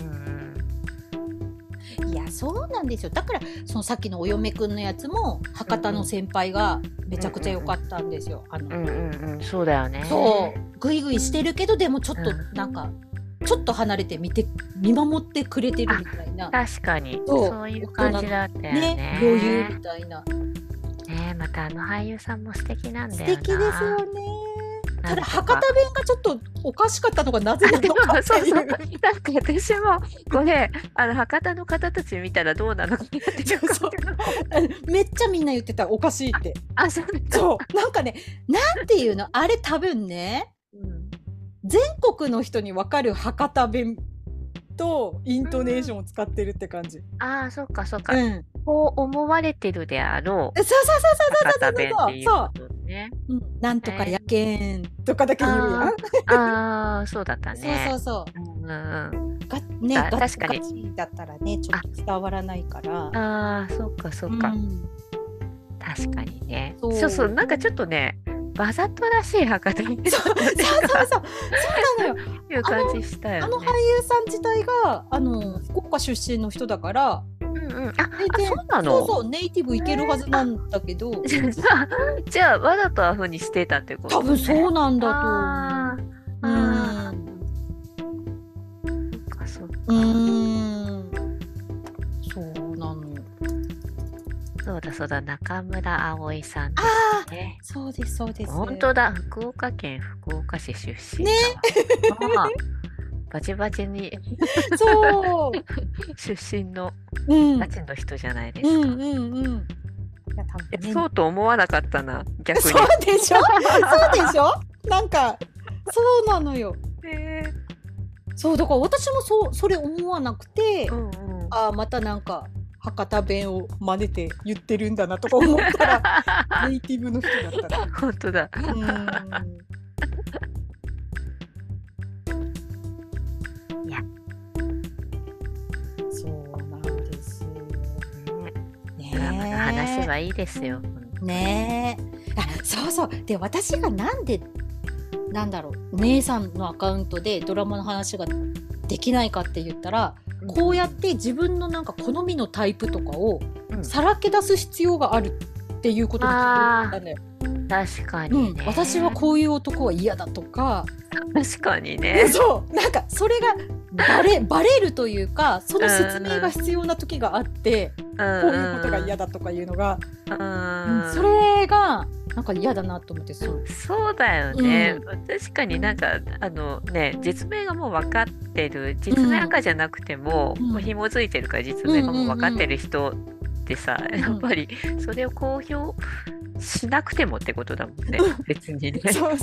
いや、そうなんですよ。だからさっきのお嫁くんのやつも博多の先輩がめちゃくちゃ良かったんですよ。 そうだよね。 そうグイグイしてるけど、でもちょっとなんか、ちょっと離れて見守ってくれてるみたいな。 確かにそういう感じだったよね。 余裕みたいな。 また俳優さんも素敵なんだよな。 素敵ですよね。 ただ博多弁がちょっとおかしかったのがなぜなのかっていう。 なんか私もこれ博多の方たち見たらどうなのかってめっちゃみんな言ってた、おかしいって。そうなんかね、なんていうの、あれ多分ね、全国の人に分かる博多弁とイントネーションを使ってるって感じ。 ああ、そっかそっか。こう思われてるであろう。 そう博多弁っていうことね。 なんとかやけんとかだけ言うやん。 ああ、そうだったね。 そうね、確かにだったらね、ちょっと伝わらないから。 ああ、そっかそっか。確かにね。そうなんかちょっとね、わざとらしい博多弁。そうなのよ。 いう感じしたよね。 俳優さん自体が福岡出身の人だから。 そうなの？ そうネイティブいけるはずなんだけど。 じゃあわざとあふうにしてたってこと？ 多分そうなんだと思う。 そっか。 そうなの。 そうだ中村葵さんですね。 そうです。 本当だ、福岡県福岡市出身ね。 バチバチにそう出身のバチの人じゃないですか。そうと思わなかったな、逆に。 そうでしょなんかそうなのよ。そうだから私もそれ思わなくて、またなんか博多弁を真似て言ってるんだなとか思ったらネイティブの人だったら。 本当だ。いや、 そうなんですよね。ドラマの話はいいですよ。 ねえ。そうで、私がなんだろう、姉さんのアカウントでドラマの話ができないかって言ったら、こうやって自分のなんか好みのタイプとかをさらけ出す必要があるっていうことが聞いたんだよ。 確かにね。 私はこういう男は嫌だとか。 確かにね。 なんかそれがバレるというか、その説明が必要な時があって、こういうことが嫌だとかいうのが、それがなんか嫌だなと思って。 そうだよね。確かになんか実名がもう分かってる、実名赤じゃなくても、もう紐づいてるから実名がもう分かってる人ってさ、やっぱりそれを公表しなくてもってことだもんね。別にね。そう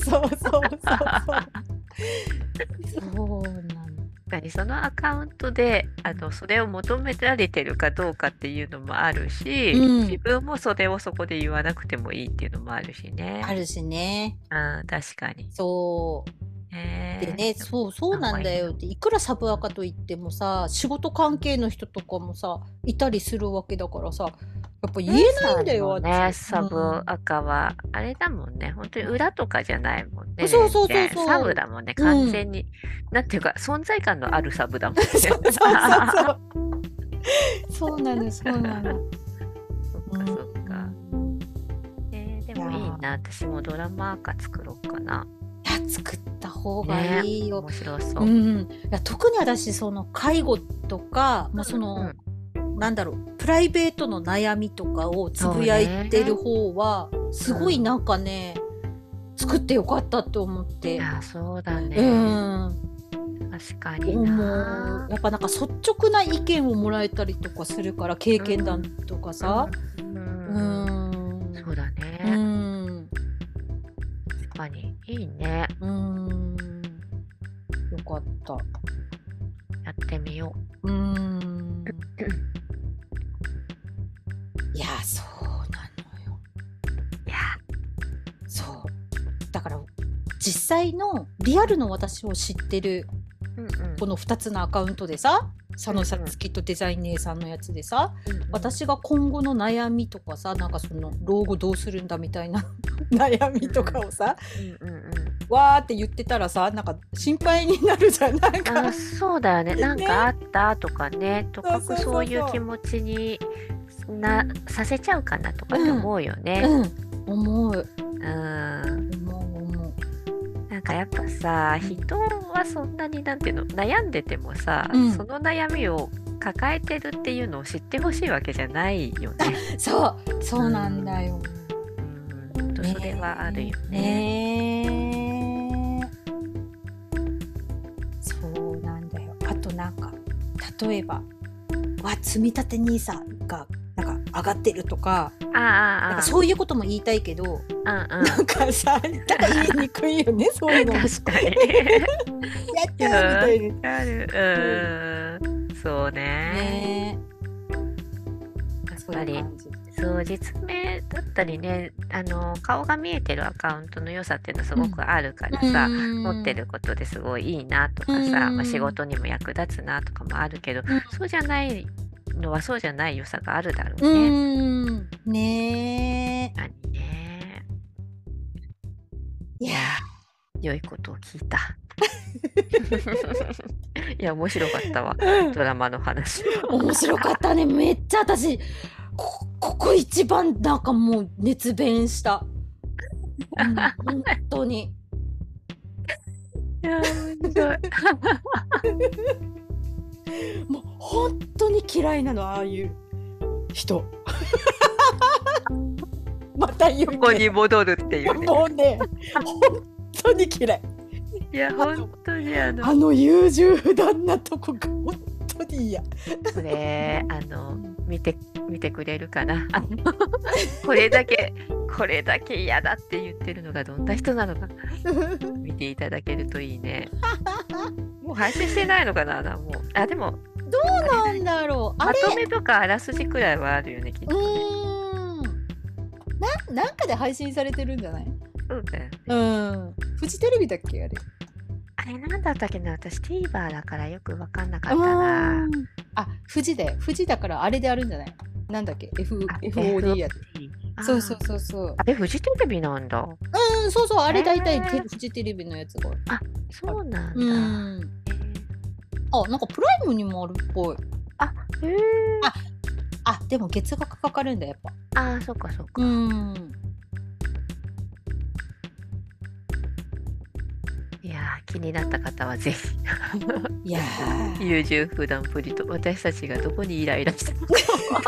なの。そのアカウントでそれを求められてるかどうかっていうのもあるし、自分もそれをそこで言わなくてもいいっていうのもあるしね。確かに。 でね、そうなんだよって、いくらサブアカといってもさ、仕事関係の人とかもさいたりするわけだからさ、やっぱ言えないんだよね。サブアカはあれだもんね、本当に裏とかじゃないもんね。 そうサブだもんね、完全に。なんていうか存在感のあるサブだもんね。 そうなの。そっか。でもいいな、私もドラマアカ作ろうかな。 作った方がいいよ。 面白そう。 特に私その介護とか、なんだろう、プライベートの悩みとかをつぶやいてる方はすごいなんかね、作ってよかったって思って。 いや、そうだね。確かにな。 やっぱなんか率直な意見をもらえたりとかするから、経験談とかさ。 そうだね。確かにいいね。 よかった。 やってみよう。 いや、そうなのよ。 いや、 そうだから実際のリアルの私を知ってる、この2つのアカウントでさ、佐野さつきとデザイン姉さんのやつでさ、私が今後の悩みとかさ、なんかその老後どうするんだみたいな悩みとかをさ、わーって言ってたらさ、なんか心配になるじゃん。なんかそうだよね。なんかあったとかね、とかくそういう気持ちにさせちゃうかなとかって思うよね。 思う。 なんかやっぱさ、人はそんなになんていうの、悩んでてもさ、その悩みを抱えてるっていうのを知ってほしいわけじゃないよね。 そうなんだよ。 それはあるよね。 例えば積み立て NISA がなんか上がってるとか、なんかそういうことも言いたいけど、なんかさ、なんか言いにくいよね、そういうの。 確かに。 やったーみたいな。そうね。やっぱりそう実名だったりね、顔が見えてるアカウントの良さっていうのはすごくあるからさ、持ってることですごいいいなとかさ、仕事にも役立つなとかもあるけど、そうじゃないのはそうじゃない良さがあるだろうね。 ねえ。 何ね。いや良いことを聞いた。いや面白かったわ、ドラマの話。 面白かったね。めっちゃ私ここ一番なんかもう熱弁した。本当に。 いや面白い。 もう本当に嫌いなの、ああいう人。また言う、 ここに戻るっていうね。 もうね、本当に嫌い。 いや本当に優柔不断なとこが本当に嫌。 これ見てくれるかな。これだけ嫌だって言ってるのがどんな人なのか見ていただけるといいね。もう配信してないのかな。もうでもどうなんだろう。 まとめとかあらすじくらいはあるよね、きっとね。 なんかで配信されてるんじゃない？ そうだよね。 フジテレビだっけ、あれ。 あれなんだったっけな。私 TVer だからよく分かんなかったな。 フジだからあれであるんじゃない？なんだっけ、FOD やつ。そうあれフジテレビなんだ。 そうそう、あれ大体フジテレビのやつが。 そうなんだ。 なんかプライムにもあるっぽい。でも月額かかるんだ、やっぱ。 そっかそっか。いや気になった方はぜひ。 いや優柔不断ぶりと私たちがどこにイライラしたのか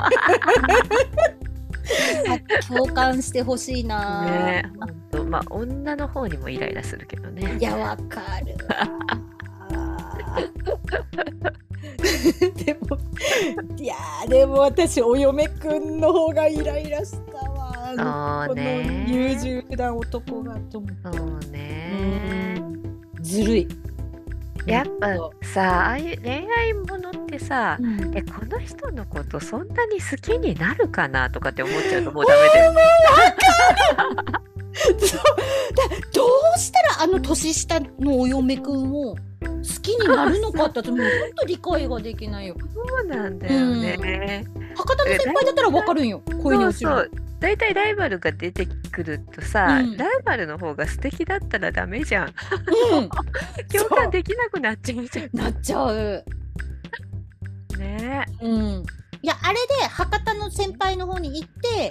共感してほしいな。 ね、女の方にもイライラするけどね。 いやわかるでも私お嫁くんの方がイライラしたわ。この優柔不断男がと思って。 そうね。 ずるい。 やっぱさ、ああいう恋愛ものってさ、この人のことそんなに好きになるかなとかって思っちゃうともうダメだよ。 どうしたら年下のお嫁くんを好きになるのかってもう本当理解ができないよ。 そうなんだよね。 博多の先輩だったら分かるんよ。恋に落ちる。 そうだいたいライバルが出てくるとさ、ライバルの方が素敵だったらダメじゃん。共感できなくなっちゃうじゃん。 なっちゃう。 ね。 いやあれで博多の先輩の方に行って、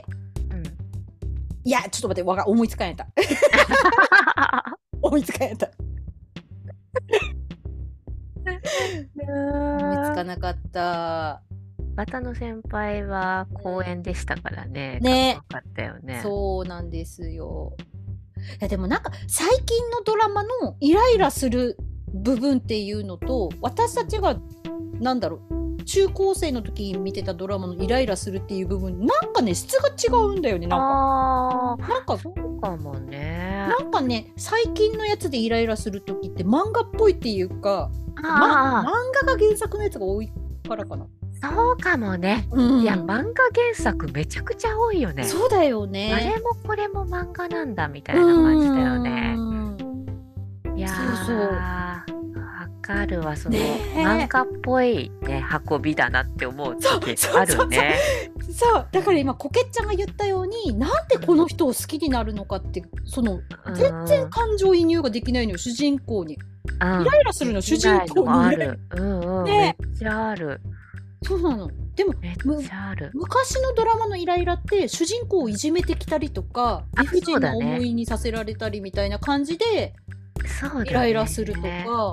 いやちょっと待って、思いつかんやった。思いつかなかった。 博多の先輩は公演でしたからね。かっこよかったよね。 そうなんですよ。いやでもなんか最近のドラマのイライラする部分っていうのと、私たちがなんだろう、中高生の時に見てたドラマのイライラするっていう部分、なんかね質が違うんだよね。なんかそうかもね。 なんかね最近のやつでイライラする時って漫画っぽいっていうか、漫画が原作のやつが多いからかな。 そうかもね。いや漫画原作めちゃくちゃ多いよね。 そうだよね。 あれもこれも漫画なんだみたいな感じだよね。いやわかるわ。その漫画っぽいね運びだなって思う時あるね。 そうだから今コケッちゃんが言ったように、なんでこの人を好きになるのかって、その全然感情移入ができないのよ、主人公に。イライラするの主人公に。 ある。めっちゃある。 そうなの。でも昔のドラマのイライラって主人公をいじめてきたりとか、理不尽な思いにさせられたりみたいな感じでイライラするとか。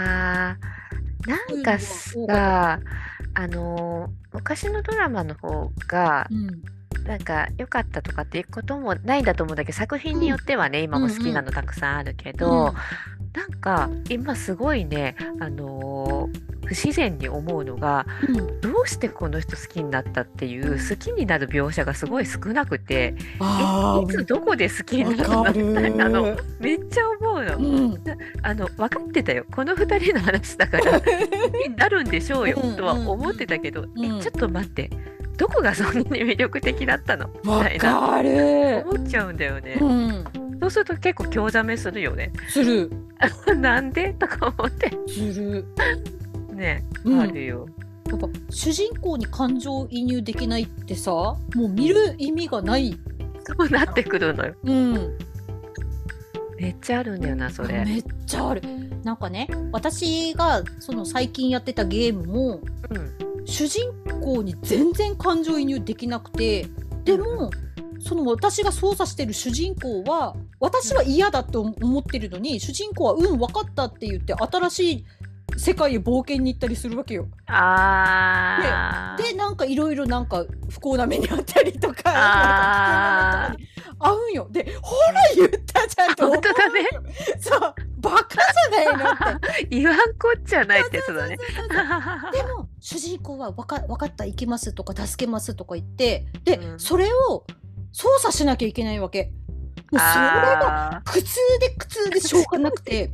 なんかさ、昔のドラマの方がなんか良かったとかっていうこともないんだと思うんだけど、作品によってはね今も好きなのたくさんあるけど、なんか今すごいね不自然に思うのが、どうしてこの人好きになったっていう好きになる描写がすごい少なくて、いつどこで好きになったのみたいなのめっちゃ思うの。分かってたよ、この2人の話だから好きになるんでしょうよとは思ってたけど、ちょっと待って、どこがそんなに魅力的だったのみたいな思っちゃうんだよね。そうすると結構興ざめするよね。 する。 なんでとか思って。 する。 ね、あるよ。 やっぱ主人公に感情移入できないってさ、もう見る意味がない。 そうなってくるのよ。めっちゃあるんだよな、それ。 めっちゃある。なんかね、私がその最近やってたゲームも、主人公に全然感情移入できなくて、でもその私が操作してる主人公は私は嫌だって思ってるのに、主人公は分かったって言って新しい世界へ冒険に行ったりするわけよ。でなんかいろいろなんか不幸な目にあったりとか、なんか危険な目とかに合うんよ。で、ほら言ったじゃんと思う。 本当だね。 そう、バカじゃないのって言わんこっちゃないってそうだね。 でも主人公は分かった行きますとか助けますとか言って、で、それを操作しなきゃいけないわけ。もうそれが苦痛でしょうがなくて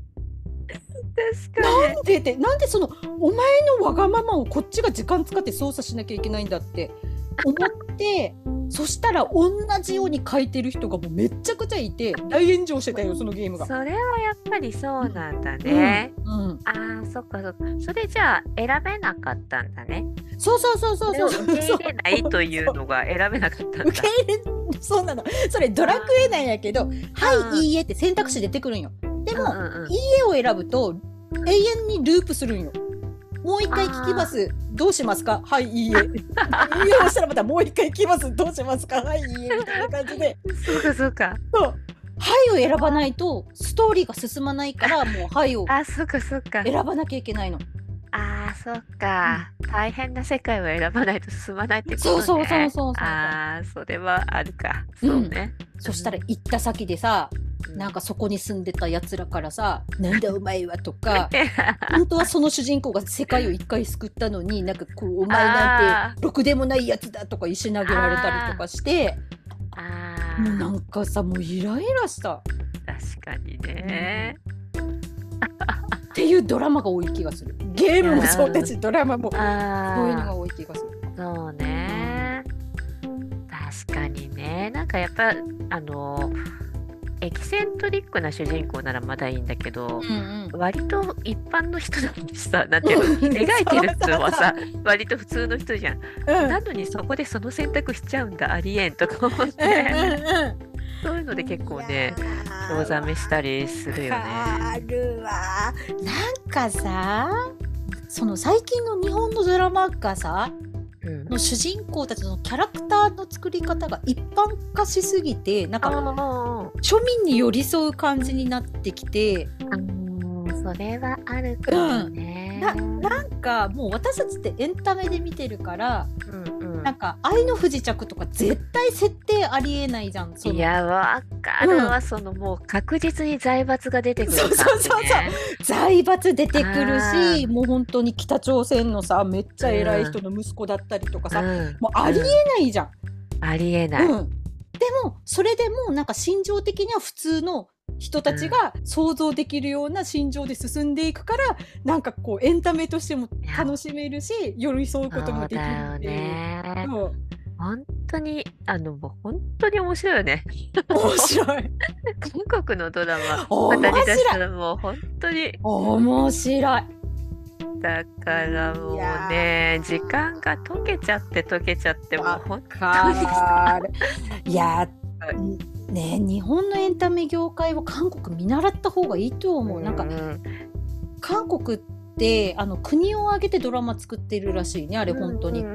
確かになんでそのお前のわがままをこっちが時間使って操作しなきゃいけないんだって思ってそしたら同じように書いてる人がもうめっちゃくちゃいて大炎上してたよ、そのゲームが。 それはやっぱりそうなんだね。そっかそっか。それじゃあ選べなかったんだね。 そう受け入れないというのが選べなかったんだ。 受け入れそうなの。それドラクエなんやけど、はいいいえって選択肢出てくるんよ。でも、いいえを選ぶと永遠にループするんよ。もう一回聞きます。どうしますか？はい、いいえ。いいえをしたらまたもう一回聞きます。どうしますか？はい、いいえ。みたいな感じで。 そうか。 そう。はいを選ばないとストーリーが進まないからもうはいをそうか選ばなきゃいけないの。 そっか、大変な世界を選ばないと進まないってことね。 そう。 それはあるか。そうね。 そしたら行った先でさ、なんかそこに住んでたやつらからさ、なんだお前はとか本当はその主人公が世界を一回救ったのになんかこうお前なんてろくでもないやつだとか石投げられたりとかしてもうなんかさ、もうイライラした。 確かにね、 っていうドラマが多い気がする。ゲームもそうだしドラマもそういうのが多い気がする。 そうね、確かにね。なんかやっぱエキセントリックな主人公ならまだいいんだけど、割と一般の人なのにさ、なんていうの描いてる人はさ割と普通の人じゃん、なのにそこでその選択しちゃうんだ、ありえんとか思ってそういうので結構ね興ざめしたりするよね。 あるわ。なんかさ、その最近の日本のドラマがさ、の主人公たちのキャラクターの作り方が一般化しすぎて、なんか庶民に寄り添う感じになってきて、 それはあるかもね。 なんかもう私たちってエンタメで見てるから、なんか愛の不時着とか絶対設定ありえないじゃん。 いやわかるわ、そのもう確実に財閥が出てくる感じね。 そう財閥出てくるし、もう本当に北朝鮮のさめっちゃ偉い人の息子だったりとかさ、もうありえないじゃん。 ありえない。 でもそれでもなんか心情的には普通の人たちが想像できるような心情で進んでいくから、なんかこうエンタメとしても楽しめるし寄り添うこともできるっていう。 本当にもう本当に面白いよね。 面白い。 韓国のドラマ語り出したらもう本当に面白い。 だからもうね、時間が溶けちゃってもう本当にいやね、日本のエンタメ業界は韓国見習った方がいいと思う。なんか韓国って国を挙げてドラマ作ってるらしいね、あれ本当に。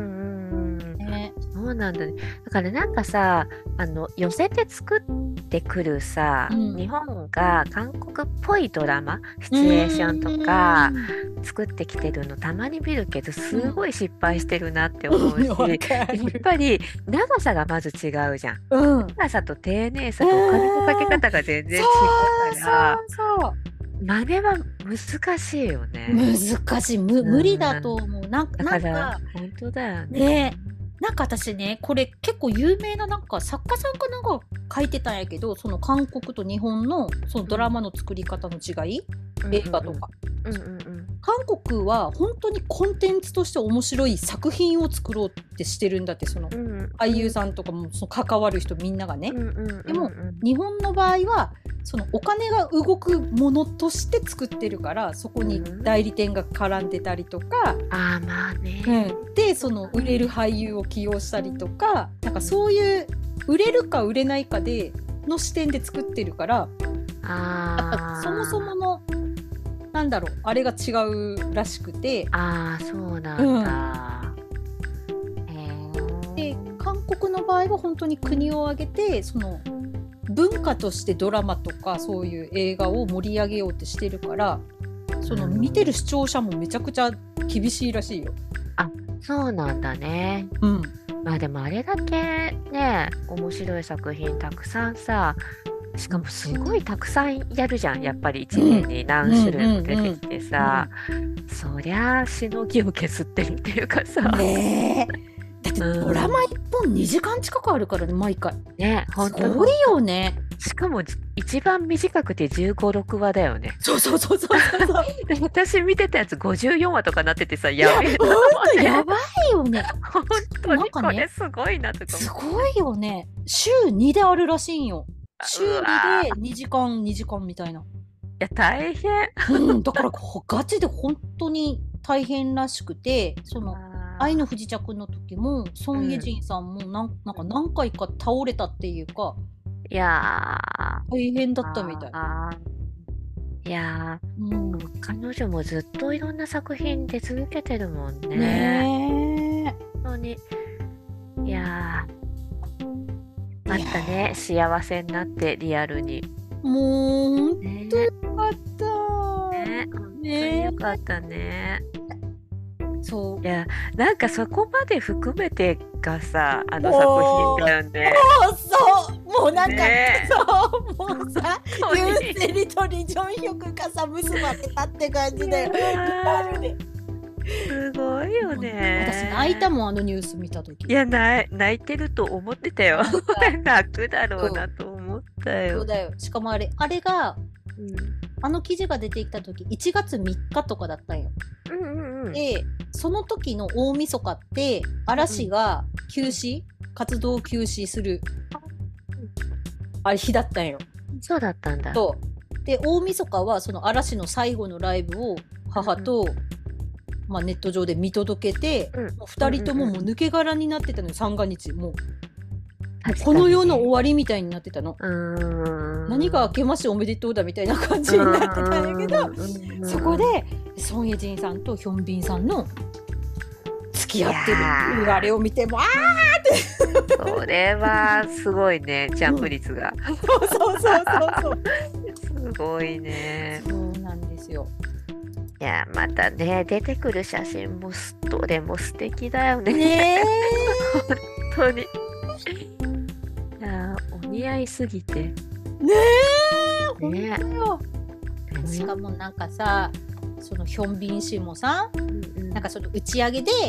そうなんだね。だからなんかさ、寄せて作ってくるさ、日本が韓国っぽいドラマシチュエーションとか作ってきてるのたまに見るけど、すごい失敗してるなって思うし、やっぱり長さがまず違うじゃん。長さと丁寧さとお金のかけ方が全然違うから、 真似は難しいよね。 難しい。無理だと思う。なんだかか、 本当だよね。 ね、なんか私ね、これ結構有名ななんか作家さんかなんか書いてたんやけど、その韓国と日本のそのドラマの作り方の違い、映画とか。韓国は本当にコンテンツとして面白い作品を作ろうってしてるんだって、その俳優さんとかもその関わる人みんながね。でも日本の場合はそのお金が動くものとして作ってるから、そこに代理店が絡んでたりとか、 まあね、 でその売れる俳優を起用したりとか、なんかそういう売れるか売れないかでの視点で作ってるから、やっぱそもそものなんだろう、あれが違うらしくて。 そうなんだ。 で韓国の場合は本当に国を挙げてその文化としてドラマとかそういう映画を盛り上げようってしてるから、その見てる視聴者もめちゃくちゃ厳しいらしいよ。 そうなんだね。まあでもあれだけね、面白い作品たくさんさ、しかもすごいたくさんやるじゃん、やっぱり1年に何種類も出てきてさ、そりゃあしのぎを削ってるっていうかさ、だってドラマ1本2時間近くあるからね、毎回ね。本当すごいよね。 しかも一番短くて15、6話だよね。 そう私見てたやつ54話とかなっててさ、やべえな。 ほんとやばいよね。 本当にこれすごいなとか。 すごいよね。週2であるらしいんよ。週2で2時間みたいな。いや大変。 だからガチで本当に大変らしくて、その愛の不時着の時もソン・イェジンさんもなんか何回か倒れたっていうか、 いや大変だったみたい。 いや彼女もずっといろんな作品出続けてるもんね。本当に。いやあったね、幸せになってリアルに。 もう本当よかった。 本当によかったね。 そう。 いや、なんかそこまで含めてがさ、あの作品だよね。 そう、もうなんか、そう、もうさ、ユンセリとリジョンヒョクがさ、結ばれたって感じだよ。 すごいよね。 私泣いたもん、あのニュース見たとき。 いや、泣いてると思ってたよ。泣くだろうなと思ったよ。 そうだよ。しかもあれが、あの記事が出てきたとき、1月3日とかだったんよ。で、その時の大晦日って、嵐が活動休止する、あれ日だったんよ。 そうだったんだ。 で、大晦日はその嵐の最後のライブを母と、ネット上で見届けて、2人とももう抜け殻になってたのよ、三が日。もうこの世の終わりみたいになってたの。何が明けましておめでとうだみたいな感じになってたんやけど、そこでソン・イェジンさんとヒョンビンさんの付き合ってるあれを見ても、ってそれはすごいね、ジャンプ率が。 そうすごいね。 そうなんですよ。 いや、またね、出てくる写真もどれも素敵だよね。本当に。いや、お似合いすぎて。 本当よ。しかもなんかさ、そのヒョンビン氏もさ、なんかその打ち上げで、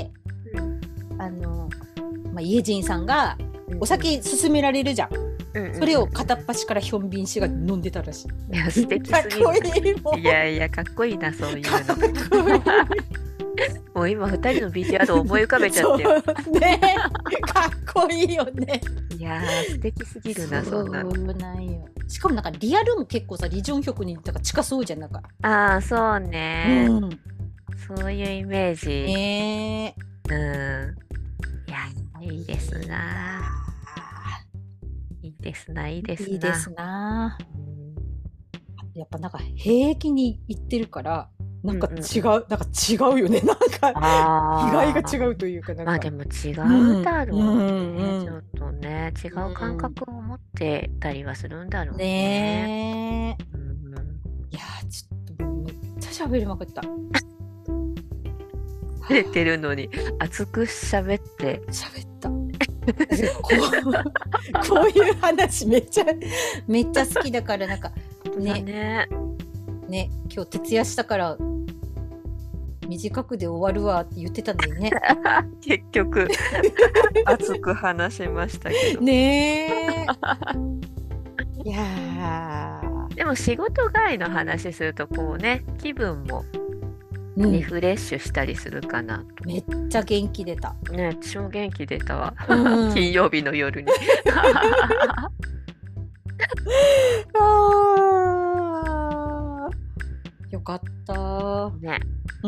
イェジンさんがお酒勧められるじゃん。それを片っ端からヒョンビン氏が飲んでたらしい。 いや、素敵すぎる。いやいや、かっこいいな、そういうの。もう今2人のビジュアル思い浮かべちゃってよ。 ね、かっこいいよね。 いやー、素敵すぎるな、そんなの。 しかもなんかリアルも結構さ、リジョンヒョクにだから近そうじゃん、なんか。 そうね、そういうイメージ。いや、いいですな。いいですな。いいですな。やっぱなんか平気に言ってるから、なんか違う、なんか違うよね。なんか意外が違うというか、なんか。 でも違うだろうね。ちょっとね、違う感覚を持ってたりはするんだろうね。 いやー、ちょっとめっちゃ喋りまくった。 出てるのに熱く喋った。 こういう話めっちゃ好きだから、なんかね。 ね、今日徹夜したから短くで終わるわって言ってたのにね。 結局熱く話しましたけどねいやでも仕事外の話するとこうね、気分もリフレッシュしたりするかなと。 めっちゃ元気出た。 ね、超元気出たわ。金曜日の夜に。 よかった。 ね。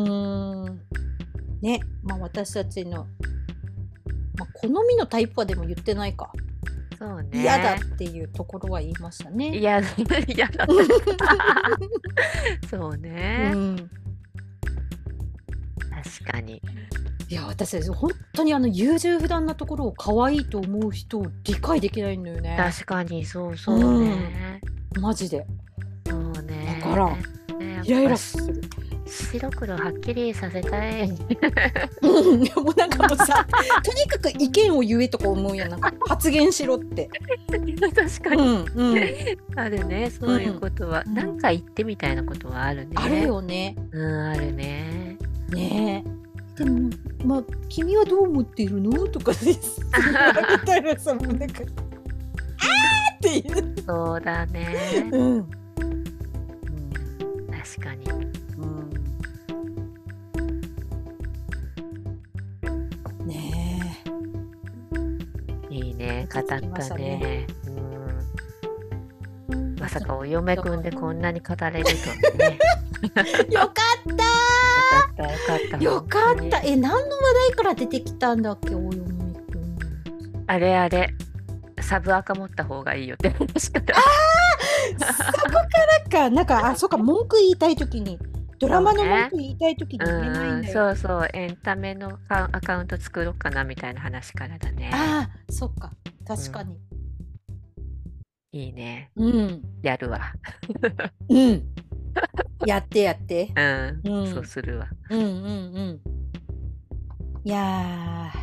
ね、まあ私たちの、まあ、好みのタイプはでも言ってないか。 そうね。 嫌だっていうところは言いましたね。 嫌だ。そうね。確かに。 いや、私本当に優柔不断なところを可愛いと思う人を理解できないんだよね。 確かにそうそうね。 マジで。 そうね。 だからイライラする。 白黒はっきりさせたい。 でもなんかもうさ、とにかく意見を言えとか思うやん。なんか発言しろって。 確かに。あるね、そういうことは。なんか言ってみたいなことはあるね。 あるよね。 あるね。 ねえ。でもまあ君はどう思っているのとかです。みたいなさ、もうなんかって言う。 そうだね。確かに。 ねえ。いいね、語ったね。まさかお嫁くんでこんなに語れるとね。 よかった。よかった。何の話題から出てきたんだっけ、お嫁くん。 あれ。サブアカ持った方がいいよって話から。 そこからか。なんかそうか、文句言いたいときに。ドラマの文句言いたいときに言えないんだよ。 そう、エンタメのアカウント作ろうかなみたいな話からだね。 そっか、確かに。 いいね。やるわ。 やって。 そうするわ。 いや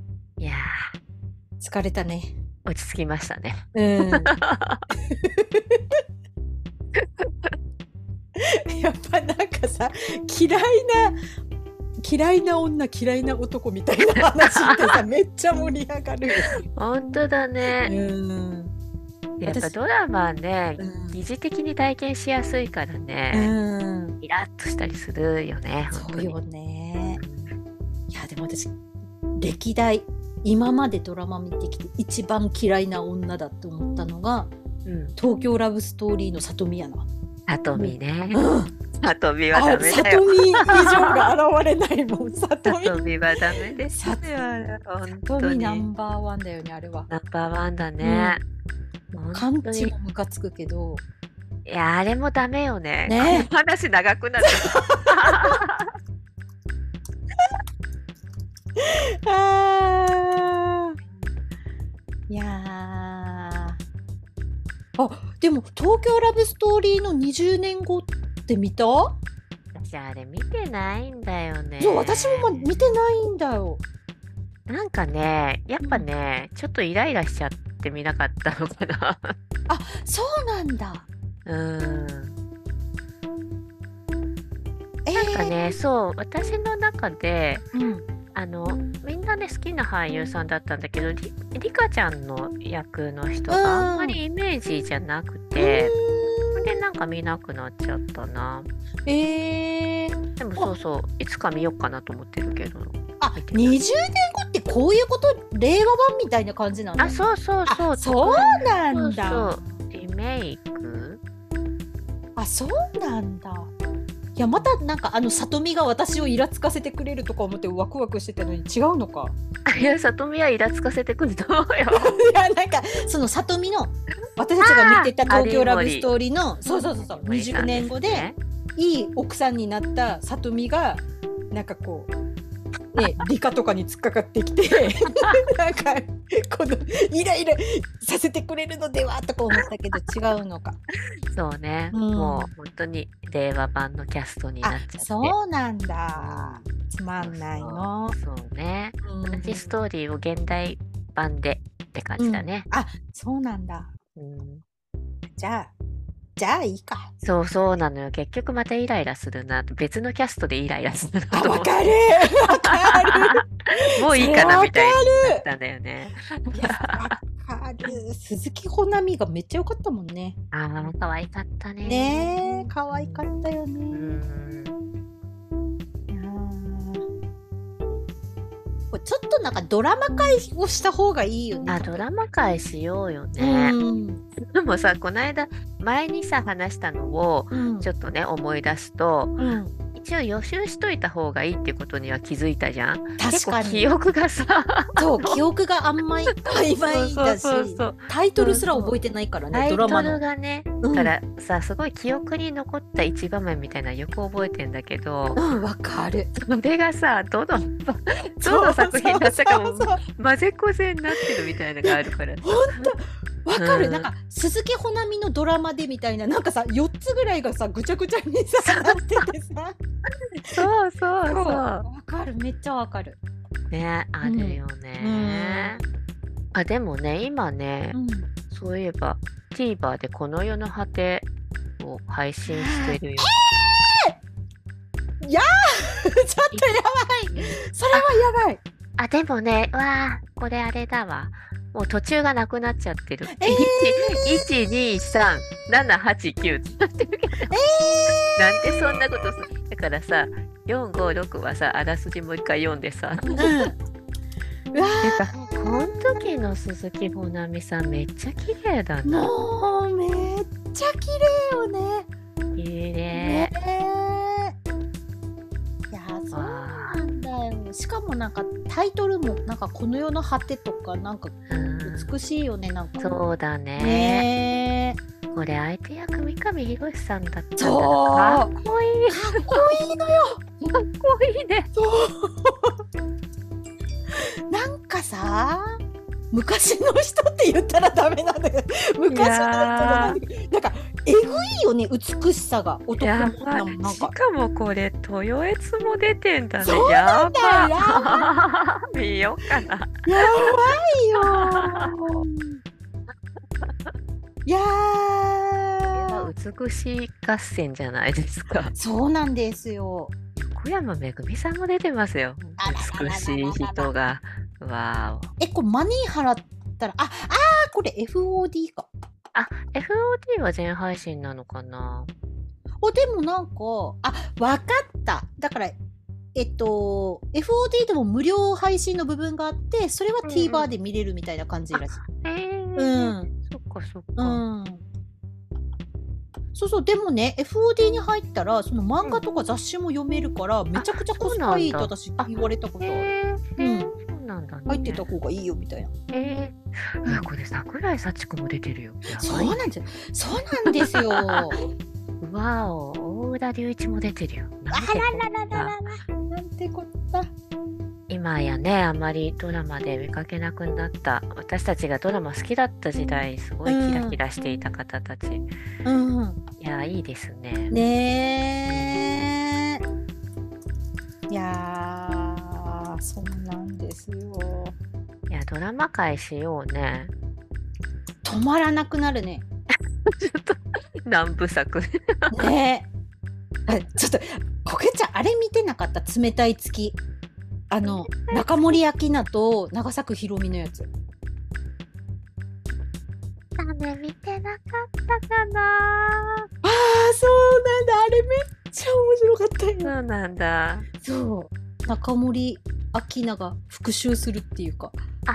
疲れたね。 落ち着きましたね。 やっぱなんかさ、嫌いな女嫌いな男みたいな話ってさめっちゃ盛り上がる。 本当だね。やっぱドラマね、疑似的に体験しやすいからね、イラッとしたりするよね。 そうよね。いやでも私歴代今までドラマ見てきて一番嫌いな女だって思ったのが、東京ラブストーリーの里見やな。 里見ね。里見はダメだよ。 里見以上が現れないもん。 里見はダメです。 里見ナンバーワンだよね、あれは。 ナンバーワンだね。 カンチもムカつくけど。 いや、あれもダメよね。話長くなっていやでも東京ラブストーリーの20年後って見た？ 私あれ見てないんだよね。 そう、私も見てないんだよ。 なんかね、やっぱね、ちょっとイライラしちゃって見なかったのかな。 そうなんだ。 なんかね、そう、私の中で、みんなね好きな俳優さんだったんだけど、リカちゃんの役の人があんまりイメージじゃなくて、でなんか見なくなっちゃったな。でもそういつか見ようかなと思ってるけど。 20年後ってこういうこと、令和版みたいな感じなんだ。 そうそうなんだ。 そうリメイク。 そうなんだ。いや、またなんか里見が私をイラつかせてくれるとか思ってワクワクしてたのに違うのか。 いや、里見はイラつかせてくると思うよ。 いや、なんかその里見の私たちが見てた東京ラブストーリーのそう20年後でいい奥さんになった里見がなんかこう理科とかに突っかかってきてなんかこのイライラさせてくれるのではとか思ったけど違うのか。 そうね、もう本当に令和版のキャストになっちゃって。 そうなんだ。つまんないの。 そうね、同じストーリーを現代版でって感じだね。 そうなんだ。じゃあじゃあいいか。 そうそうなのよ。結局またイライラするな。別のキャストでイライラするなと思って。 わかるわかるもういいかなみたいになったんだよね。 いや、わかる。鈴木保奈美がめっちゃ良かったもんね。 可愛かったね。 ねえ、可愛かったよね。ちょっとなんかドラマ会をした方がいいよね。 ドラマ会しようよね。でもさ、この間前にさ話したのをちょっとね、思い出すと、一応予習しといた方がいいってことには気づいたじゃん。 確かに。 記憶がさそう記憶があんまり曖昧だし、タイトルすら覚えてないからね、ドラマの。 タイトルがね、だからさ、すごい記憶に残った一場面みたいなよく覚えてんだけど、 わかる。 それがさ、どの作品だったかも混ぜこぜになってるみたいなのがあるから。 本当わかる、なんか鈴木保奈美のドラマでみたいな、なんかさ4つぐらいがさぐちゃぐちゃにさなっててさそうわかる、めっちゃわかるね、あるよね。でもね、今ね、そういえば TVer でこの世の果てを配信してるよ。 いやーちょっとやばい、それはやばい。 でもね、これあれだわ。もう途中がなくなっちゃってる。1、2、3、7、8、9ってなってるけど。なんでそんなことする。だからさ、4、5、6はさ、あらすじもう一回読んでさ。この時の鈴木保奈美さんめっちゃ綺麗だな。 もうめっちゃ綺麗よね。 綺麗。 いやそうなんだよ。しかもなんかタイトルもなんかこの世の果てとかなんか美しいよね、なんか。 そうだね。これ相手役三上博史さんだったんだ。 そうかっこいい。 かっこいいのよ。 かっこいいね。 なんかさ、昔の人って言ったらダメなんだけど、昔の人なんかえぐいよね、美しさが。男の子なんか。 しかもこれ豊悦も出てんだね。 そうなんだよ。 やばい。見ようかな。 やばいよ。いやー、美しい合戦じゃないですか。 そうなんですよ。 横山めぐみさんも出てますよ。美しい人が。わー。 これマニー払ったら、これ FOD か。 FOD は全配信なのかな。 でもなんか、わかった。だから、FOD でも無料配信の部分があって、それは TVer で見れるみたいな感じらしい。 そっか。 そう、でもね、FOD に入ったら、その漫画とか雑誌も読めるから、めちゃくちゃコスパいいと私言われたことある。 そうなんだね。 入ってた方がいいよみたいな。 これ桜井幸子も出てるよ。 そうなんですよ。そうなんですよ。 わお、大浦隆一も出てるよ。 なんてこった。 今やね、あまりドラマで見かけなくなった、私たちがドラマ好きだった時代、すごいキラキラしていた方たち。いや、いいですね。 ねえ。いやー、そうなんですよ。 いや、ドラマ会しようね。 止まらなくなるね。 ちょっと何部作ねえ。ちょっとこけちゃんあれ見てなかった？冷たい月。中森明菜と長作ひろみのやつ。 見てなかったかな。 そうなんだ。あれめっちゃ面白かったよ。 そうなんだ。 そう。中森明菜が復讐するっていうか。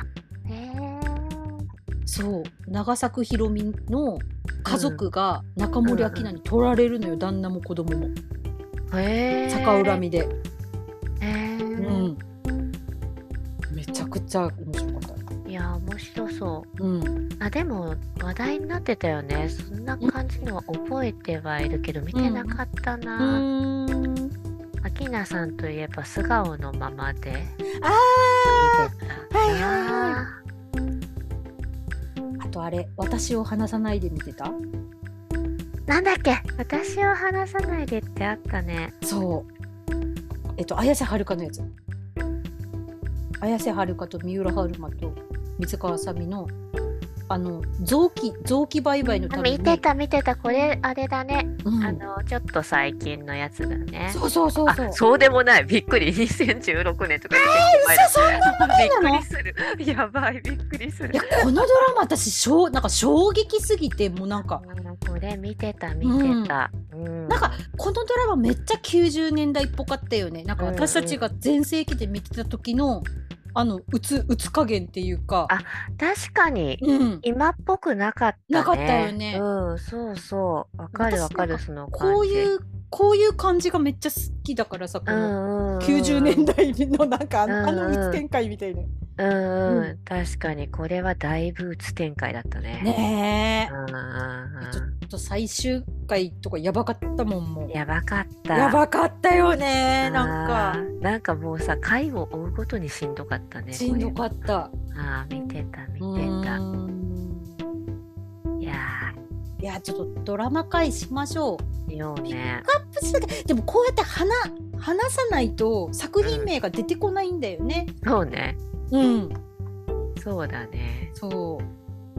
そう。長作ひろみの家族が中森明菜に取られるのよ、旦那も子供も。逆恨みで。めちゃくちゃ面白かった。 いや、面白そう。でも話題になってたよね。そんな感じのは覚えてはいるけど見てなかったな。明菜さんといえば素顔のままで見てた。 あとあれ、私を離さないで見てた？ なんだっけ、私を離さないでってあったね。 そう。綾瀬はるかのやつ。綾瀬はるかと三浦春馬と水川あさみの臓器売買のために。 見てた。これ、あれだね。ちょっと最近のやつだね。 そう。 そうでもない。びっくり。2016年とか。 そんな前なの？ びっくりする。やばい、びっくりする。 いや、このドラマ私なんか衝撃すぎて、もうなんか。 これ見てた。 なんかこのドラマめっちゃ90年代っぽかったよね。なんか私たちが全盛期で見てた時のうつ加減っていうか。 確かに、今っぽくなかったね。 なかったよね。 そう。わかる、その感じ。こういう感じがめっちゃ好きだからさ、この90年代のなんかうつ展開みたいな。 確かにこれはだいぶうつ展開だったね。 ねえ。ちょっと最終回とかやばかったもん。もうやばかったよね。なんかもうさ、回を追うごとにしんどかったね。 しんどかった。 見てた。いやちょっとドラマ回しましょう。 よね。 ピックアップする。でもこうやって話さないと作品名が出てこないんだよね。 そうね。そうだね。 そう。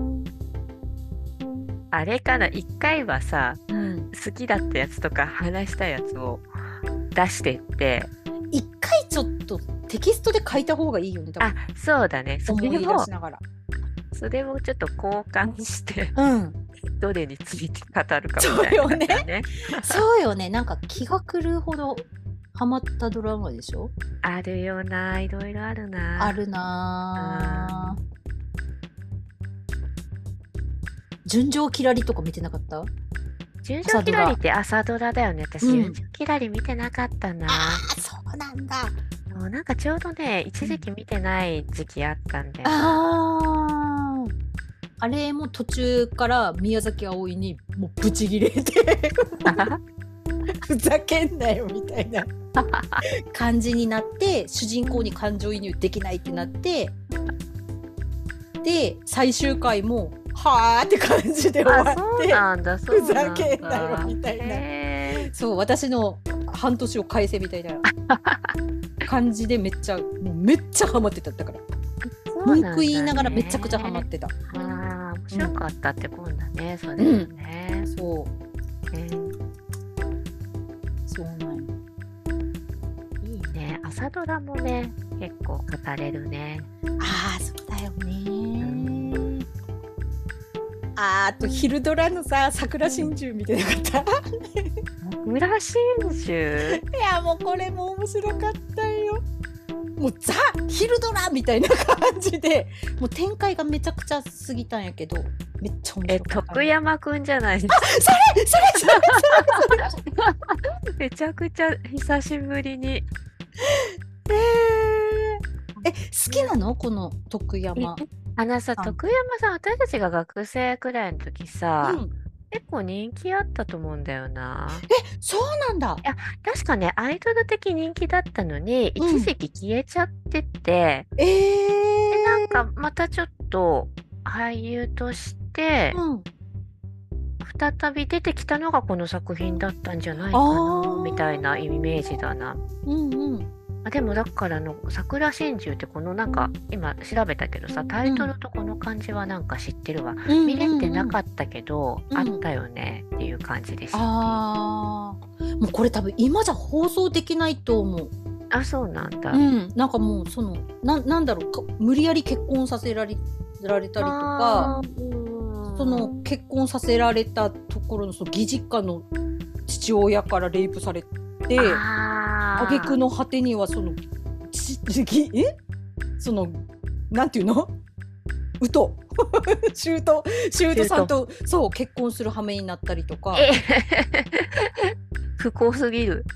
あれかな、一回はさ、好きだったやつとか話したやつを出してって一回ちょっとテキストで書いた方がいいよね。 そうだね。 思い出しながらそれをちょっと交換して、どれについて語るかみたいな、ね。 そうよね。なんか気が狂うほどハマったドラマでしょ。 あるよな。いろいろあるな。 あるな。純情キラリとか見てなかった？ 純情キラリって朝ドラだよね。私、純情キラリ見てなかったな。 そうなんだ。 なんかちょうどね、一時期見てない時期あったんだよ。 あれも途中から宮崎あおいにもうブチギレてふざけんなよみたいな感じになって、主人公に感情移入できないってなって、で最終回もはーって感じで終わって、ふざけんなよみたいな、そう私の半年を返せみたいな感じでめっちゃハマってた。だから文句言いながらめちゃくちゃハマってた。 面白かったってこんだね。それね。 そうなんよ。 いいね。朝ドラもね、結構語れるね。 そうだよね。あと昼ドラのさ、桜真珠見てなかった？ 桜真珠？ いやもうこれも面白かったよ。もうザ昼ドラみたいな感じで、もう展開がめちゃくちゃ過ぎたんやけど、めっちゃ面白かった。 徳山くんじゃないですか。 それめちゃくちゃ久しぶりに。 好きなのこの徳山？ 徳山さん、私たちが学生くらいの時さ、結構人気あったと思うんだよな。 そうなんだ。 いや、確かね、アイドル的人気だったのに、一時期消えちゃってて、で、なんかまたちょっと俳優として、再び出てきたのがこの作品だったんじゃないかな、みたいなイメージだな。でもだから桜真珠ってこのなんか今調べたけどさ、タイトルとこの感じはなんか知ってるわ。見れてなかったけど、あったよねっていう感じでした。 もうこれ多分今じゃ放送できないと思う。 そうなんだ。 なんかもうなんだろう、無理やり結婚させられたりとか、結婚させられたところの義実家の父親からレイプされて、挙句の果てにはなんていうの、舅さんとそう結婚する羽目になったりとか。 不幸すぎる。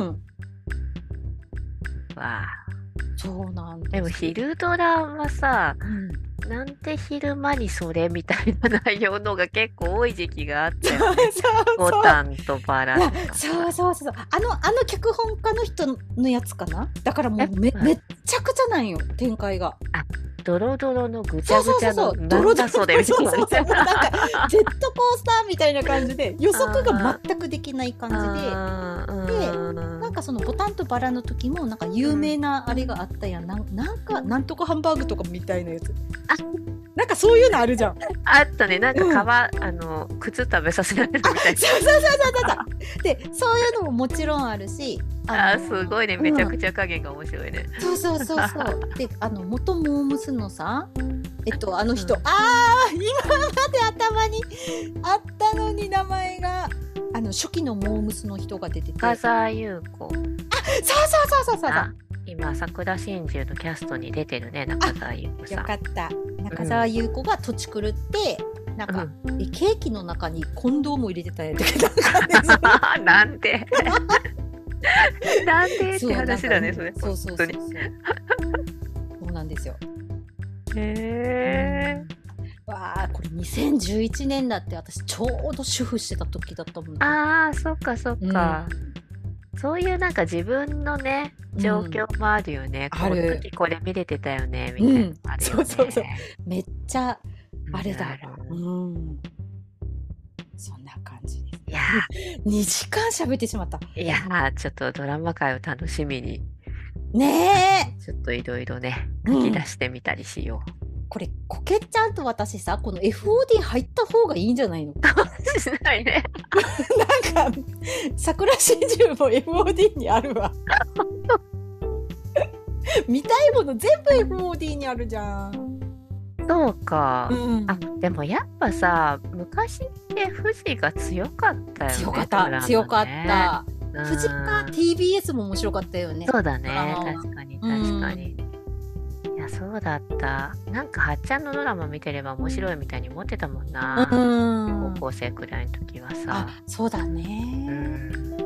そうなんです。 でも昼ドラはさ、なんて昼間にそれみたいな内容のが結構多い時期があったよね。ボタンとバラとか。 そう。あの脚本家の人のやつかな。だからもうめっちゃくちゃなんよ、展開が。 ドロドロのぐちゃぐちゃのなんだそれみたいな。 なんかジェットコースターみたいな感じで予測が全くできない感じで、なんかそのボタンとバラの時もなんか有名なあれがあったやん。なんとかハンバーグとかみたいなやつ。 なんかそういうのあるじゃん。 あったね、なんか靴食べさせられるみたいな。 そう。で、そういうのももちろんあるし、 すごいね、めちゃくちゃ加減が面白いね。 そう。で、元モームスのさ、あの人、今まで頭にあったのに名前が、初期のモームスの人が出てて。 中澤優子。 そう。 今桜真珠のキャストに出てるね、中澤優子さん。 よかった。中澤優子が土地狂って、なんか、ケーキの中にコンドームを入れてたやつ。 なんでなんでって話だね、それ。 そう。そうなんですよ。 へー。 わあ、これ2011年だって、私ちょうど主婦してた時だったもんね。 そっか。そういうなんか自分のね、状況もあるよね。この時これ見れてたよね、みたいなのあるよね。 そう。めっちゃ、あれだわ。そんな感じです。 いや 2時間喋ってしまった。 いやちょっとドラマ界を楽しみに。 ねえ。 ちょっといろいろね、書き出してみたりしよう。 これ、コケちゃんと私さ、この FOD 入った方がいいんじゃないの？ しないね。 なんか、桜真珠も FOD にあるわ。見たいもの全部 FOD にあるじゃん。 そうか。でもやっぱさ、昔って富士が強かったよね。 強かった。富士か TBS も面白かったよね。 そうだね。確かに。いや、そうだった。なんかはっちゃんのドラマ見てれば面白いみたいに思ってたもんな。高校生くらいの時はさ。 そうだね。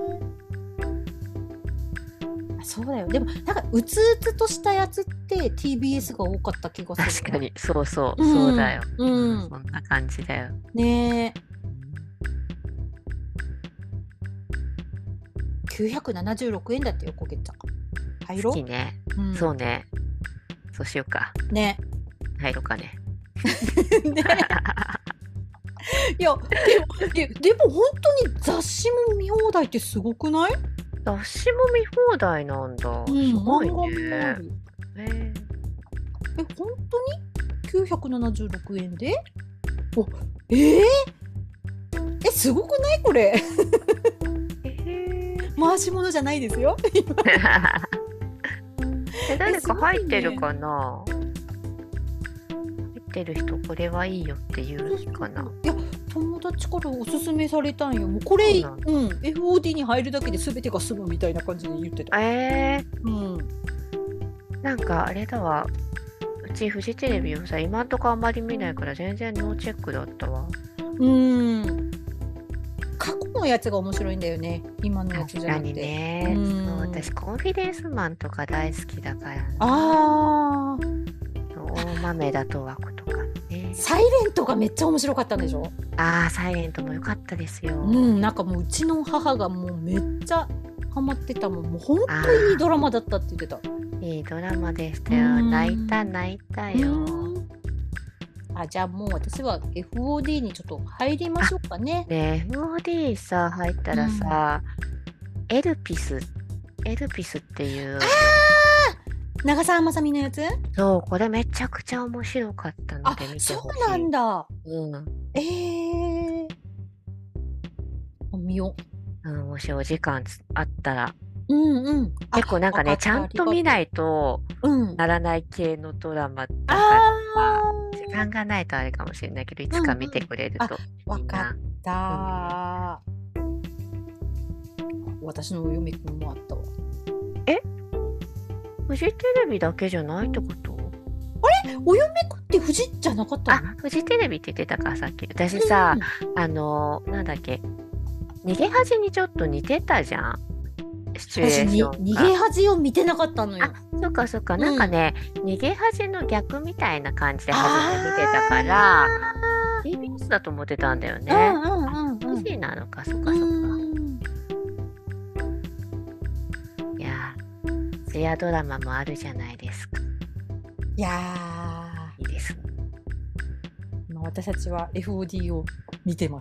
そうだよ。でもなんかうつうつとしたやつって TBS が多かった気がする。 確かに、そうだよ。そんな感じだよ。 ねえ。976円だってよ、こけちゃん。入ろう。 好きね。そうね。そうしようか。 ね。 入ろうかね。 いや、でも本当に雑誌も見放題ってすごくない？ 雑誌も見放題なんだ。すごいね。 本当に976円で？すごくないこれ？回し物じゃないですよ。 誰か入ってるかな？入ってる人これはいいよって言うかな。 いや、友達からおすすめされたんよ。もうこれ、FOD に入るだけで全てが済むみたいな感じで言ってた。 なんかあれだわ。うちフジテレビをさ、今んとこあんまり見ないから全然ノーチェックだったわ。 過去のやつが面白いんだよね。今のやつじゃなくて。 確かにね。私コンフィデンスマンとか大好きだから、ね。大豆田とわ子とかね。 サイレントがめっちゃ面白かったんでしょ？ サイレントも良かったですよ。 なんかもううちの母がもうめっちゃハマってたもん。もう本当にいいドラマだったって言ってた。 いいドラマでしたよ。泣いたよ。 じゃあもう私は FOD にちょっと入りましょうかね。 FOD さ入ったらさ、エルピスっていう長澤まさみのやつ？ そう、これめちゃくちゃ面白かったので見てほしい。 そうなんだ。見よう。もしお時間あったら。 結構なんかね、ちゃんと見ないとならない系のドラマだから時間がないとあれかもしれないけど、いつか見てくれるといいな。わかった。私のお嫁くんもあったわ。 フジテレビだけじゃないってこと？ あれ？お嫁くんってフジじゃなかったの？ フジテレビって言ってたからさっき。私さ、なんだっけ、逃げ恥にちょっと似てたじゃん。シチュエーションが。 逃げ恥を見てなかったのよ。 そっか、なんかね、逃げ恥の逆みたいな感じで初め見てたから、TBS だと思ってたんだよね。フジなのか、そっか。いやー、ツヤドラマもあるじゃないですか。 いやー、いいです。 私たちは FOD を見てます。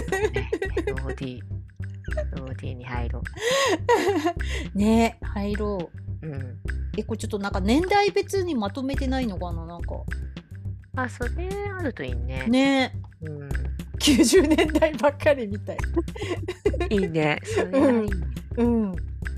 FOD に入ろう。ね、入ろう。これちょっとなんか年代別にまとめてないのかな、なんか。 あ、それあるといいね。 ね。 うん。 90年代ばっかりみたい。 いいね。それはいいね。 うん。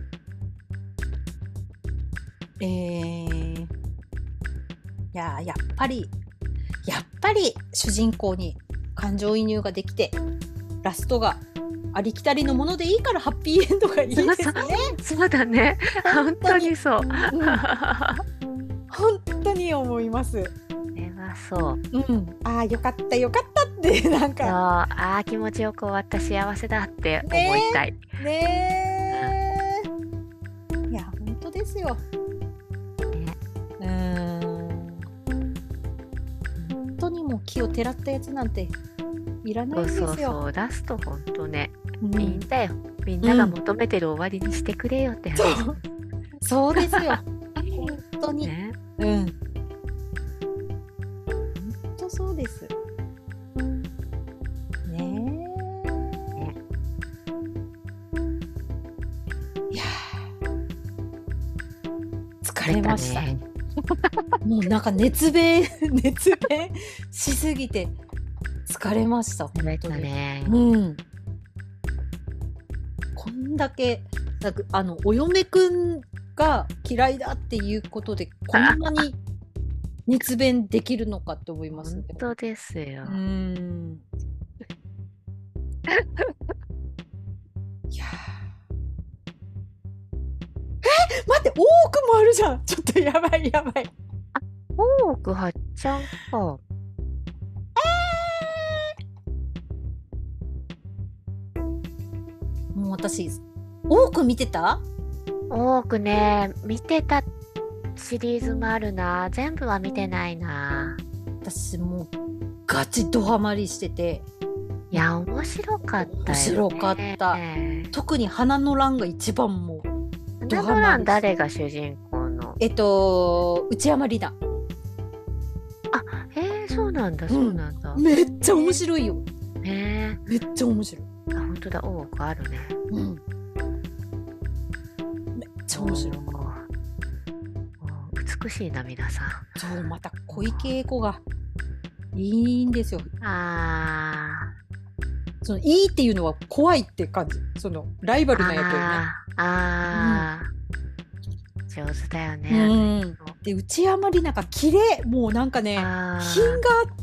やっぱり主人公に感情移入ができて、ラストがありきたりのものでいいからハッピーエンドがいいですね。 そうだね。本当にそう。 本当に思います。 それはそう。 ああ、よかったよかったってなんか。 ああ、気持ちよく終わった幸せだって思いたい。 ねえ。いや本当ですよ。本当にもう木をてらったやつなんていらないんですよ。 そうラスト本当ね。いいんだよ。みんなが求めてる終わりにしてくれよって話。 そうですよ。本当に。本当そうです。いや疲れました。もうなんか熱弁しすぎて疲れました。 本当に。 こんだけお嫁くんが嫌いだっていうことでこんなに熱弁できるのかって思いますね。 本当ですよ。 いや待って、大奥もあるじゃん。ちょっとやばい。 大奥はっちゃんか。 もう私大奥見てた？ 大奥ね、見てたシリーズもあるな。全部は見てないな。 私もうガチドハマりしてて。 いや面白かったよね。 面白かった。特に花の乱が一番もう。 花の乱誰が主人公の？ 内山里奈。 そうなんだ。 めっちゃ面白いよ。 めっちゃ面白い。 本当だ、大奥あるね。 めっちゃ面白い。 美しいな皆さん。 そう、また小池栄子がいいんですよ。そのいいっていうのは怖いって感じ。そのライバルな役よね。上手だよね。 で内山里奈が綺麗。もうなんかね品があって。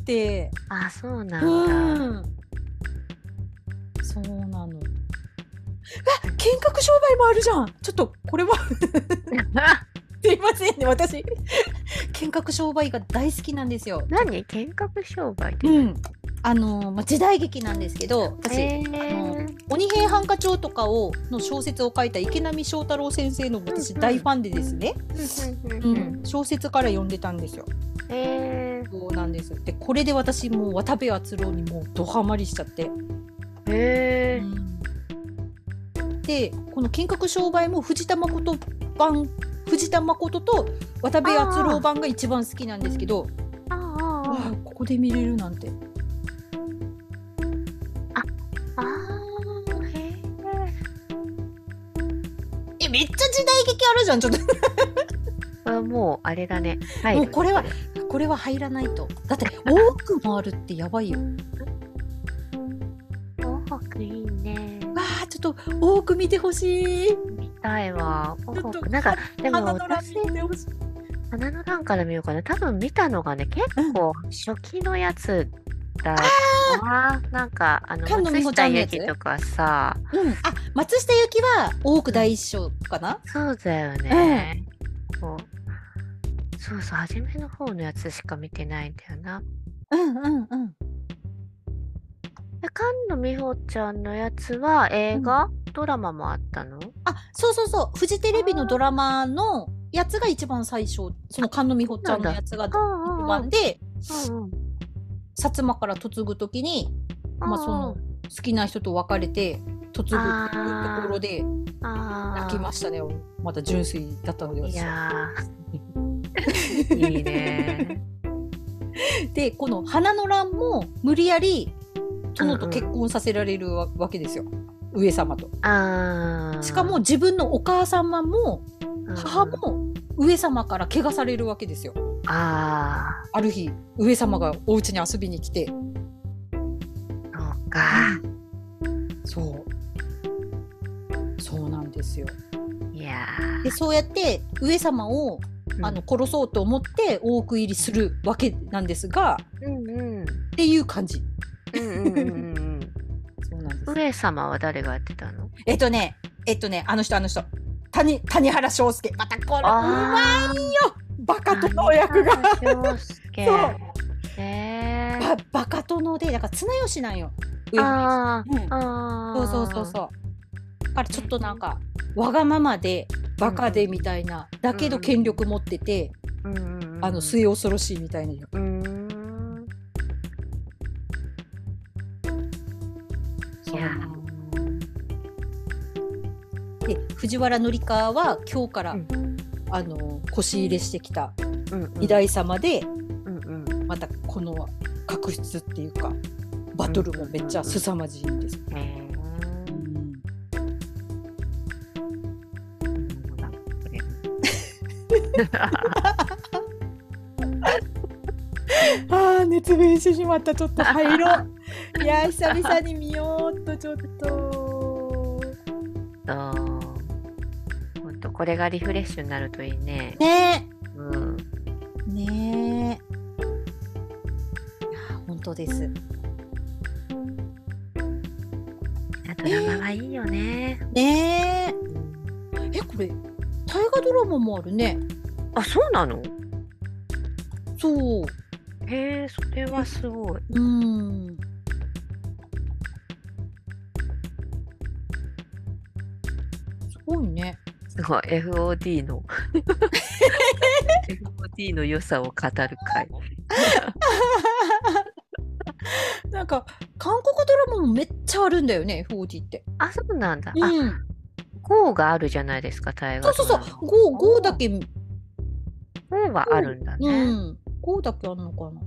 そうなんだ。 そうなの。見学商売もあるじゃん。ちょっとこれはすいませんね、私見学商売が大好きなんですよ。 何？見学商売って？ 時代劇なんですけど、私鬼平犯科帳とかの小説を書いた池波正太郎先生の私大ファンでですね、小説から読んでたんですよ。そうなんです。でこれで私もう渡部篤郎にもうドハマりしちゃって。でこの見学商売も藤田誠と渡部篤郎版が一番好きなんですけど、ここで見れるなんて。めっちゃ時代劇あるじゃん。ちょっともうあれだね。 もうこれは入らないと。だって大奥もあるってやばいよ。 大奥いいね。 ちょっと大奥見てほしい。 見たいわ。大奥なんかでも私花の乱から見ようかな。多分見たのがね結構初期のやつだな。なんか松下由紀とかさ。 松下由紀は大奥第一章かな。 そうだよね。そう初めの方のやつしか見てないんだよな。菅野美穂ちゃんのやつは映画、ドラマもあったの？ そうフジテレビのドラマのやつが一番最初。その菅野美穂ちゃんのやつが一番で、薩摩から嫁ぐ時にその好きな人と別れて嫁ぐっていうところで泣きましたね。また純粋だったので。 いやいいね。 でこの花の乱も無理やり殿と結婚させられるわけですよ、上様と。しかも自分のお母様も母も上様から怪我されるわけですよ。 ある日上様がお家に遊びに来て、 そうか、 そうなんですよ。 いやでそうやって上様を殺そうと思って大奥入りするわけなんですが、っていう感じ。そうなんです。 上様は誰がやってたの？ あの人谷原章介、またこれうまいよ、バカ殿役が。バカ殿でだから綱吉なんよ。そうからちょっとなんかわがままでバカでみたいな、だけど権力持ってて、末恐ろしいみたいな。で藤原紀香は今日から、腰入れしてきた二代様で、またこの確執っていうかバトルもめっちゃ凄まじいんです。熱弁してしまった。ちょっと入ろう。いや久々に見ようとちょっと。 本当これがリフレッシュになるといいね。 ねえ。いや本当です。 ドラマはいいよね。 これ大河ドラマもあるね。 あ、そうなの？ そう。 へえ、それはすごい。 すごいね。 すごい FOD のFOD の良さを語る回。 なんか韓国ドラマもめっちゃあるんだよね、FOD って。 あ、そうなんだ。GO があるじゃないですか、大河。 そう GO だけ。 GO はあるんだね。 GO だけあるのかな。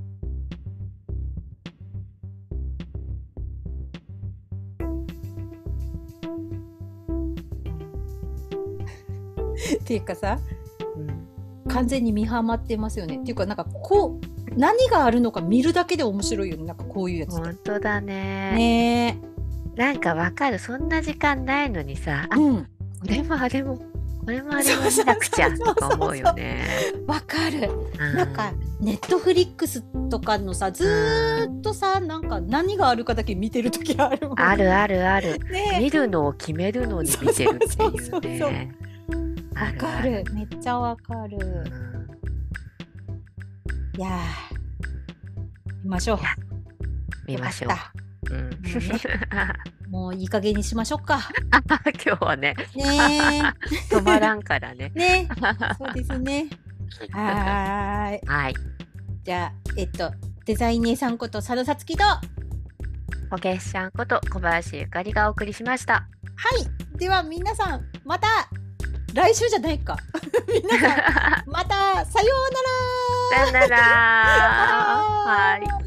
っていうかさ、完全に見はまってますよね。っていうかなんかこう何があるのか見るだけで面白いよね。なんかこういうやつ。 本当だね。なんかわかる。そんな時間ないのにさ、これもあれも見なくちゃとか思うよね。 わかる。なんかネットフリックスとかのさ、ずーっとさ、なんか何があるかだけ見てる時あるもん。 ある。見るのを決めるのに見てるっていうね。 わかる。めっちゃわかる。いや見ましょう。 見ましょう。 もういい加減にしましょうか。 今日はね。止まらんからね。 そうですね。はい。じゃあデザイン姉さんこと佐野さつきとこけしちゃんこと小林ゆかりがお送りしました。 はい。では皆さんまた来週じゃないか。皆さんまたさようなら。 さようなら。はい。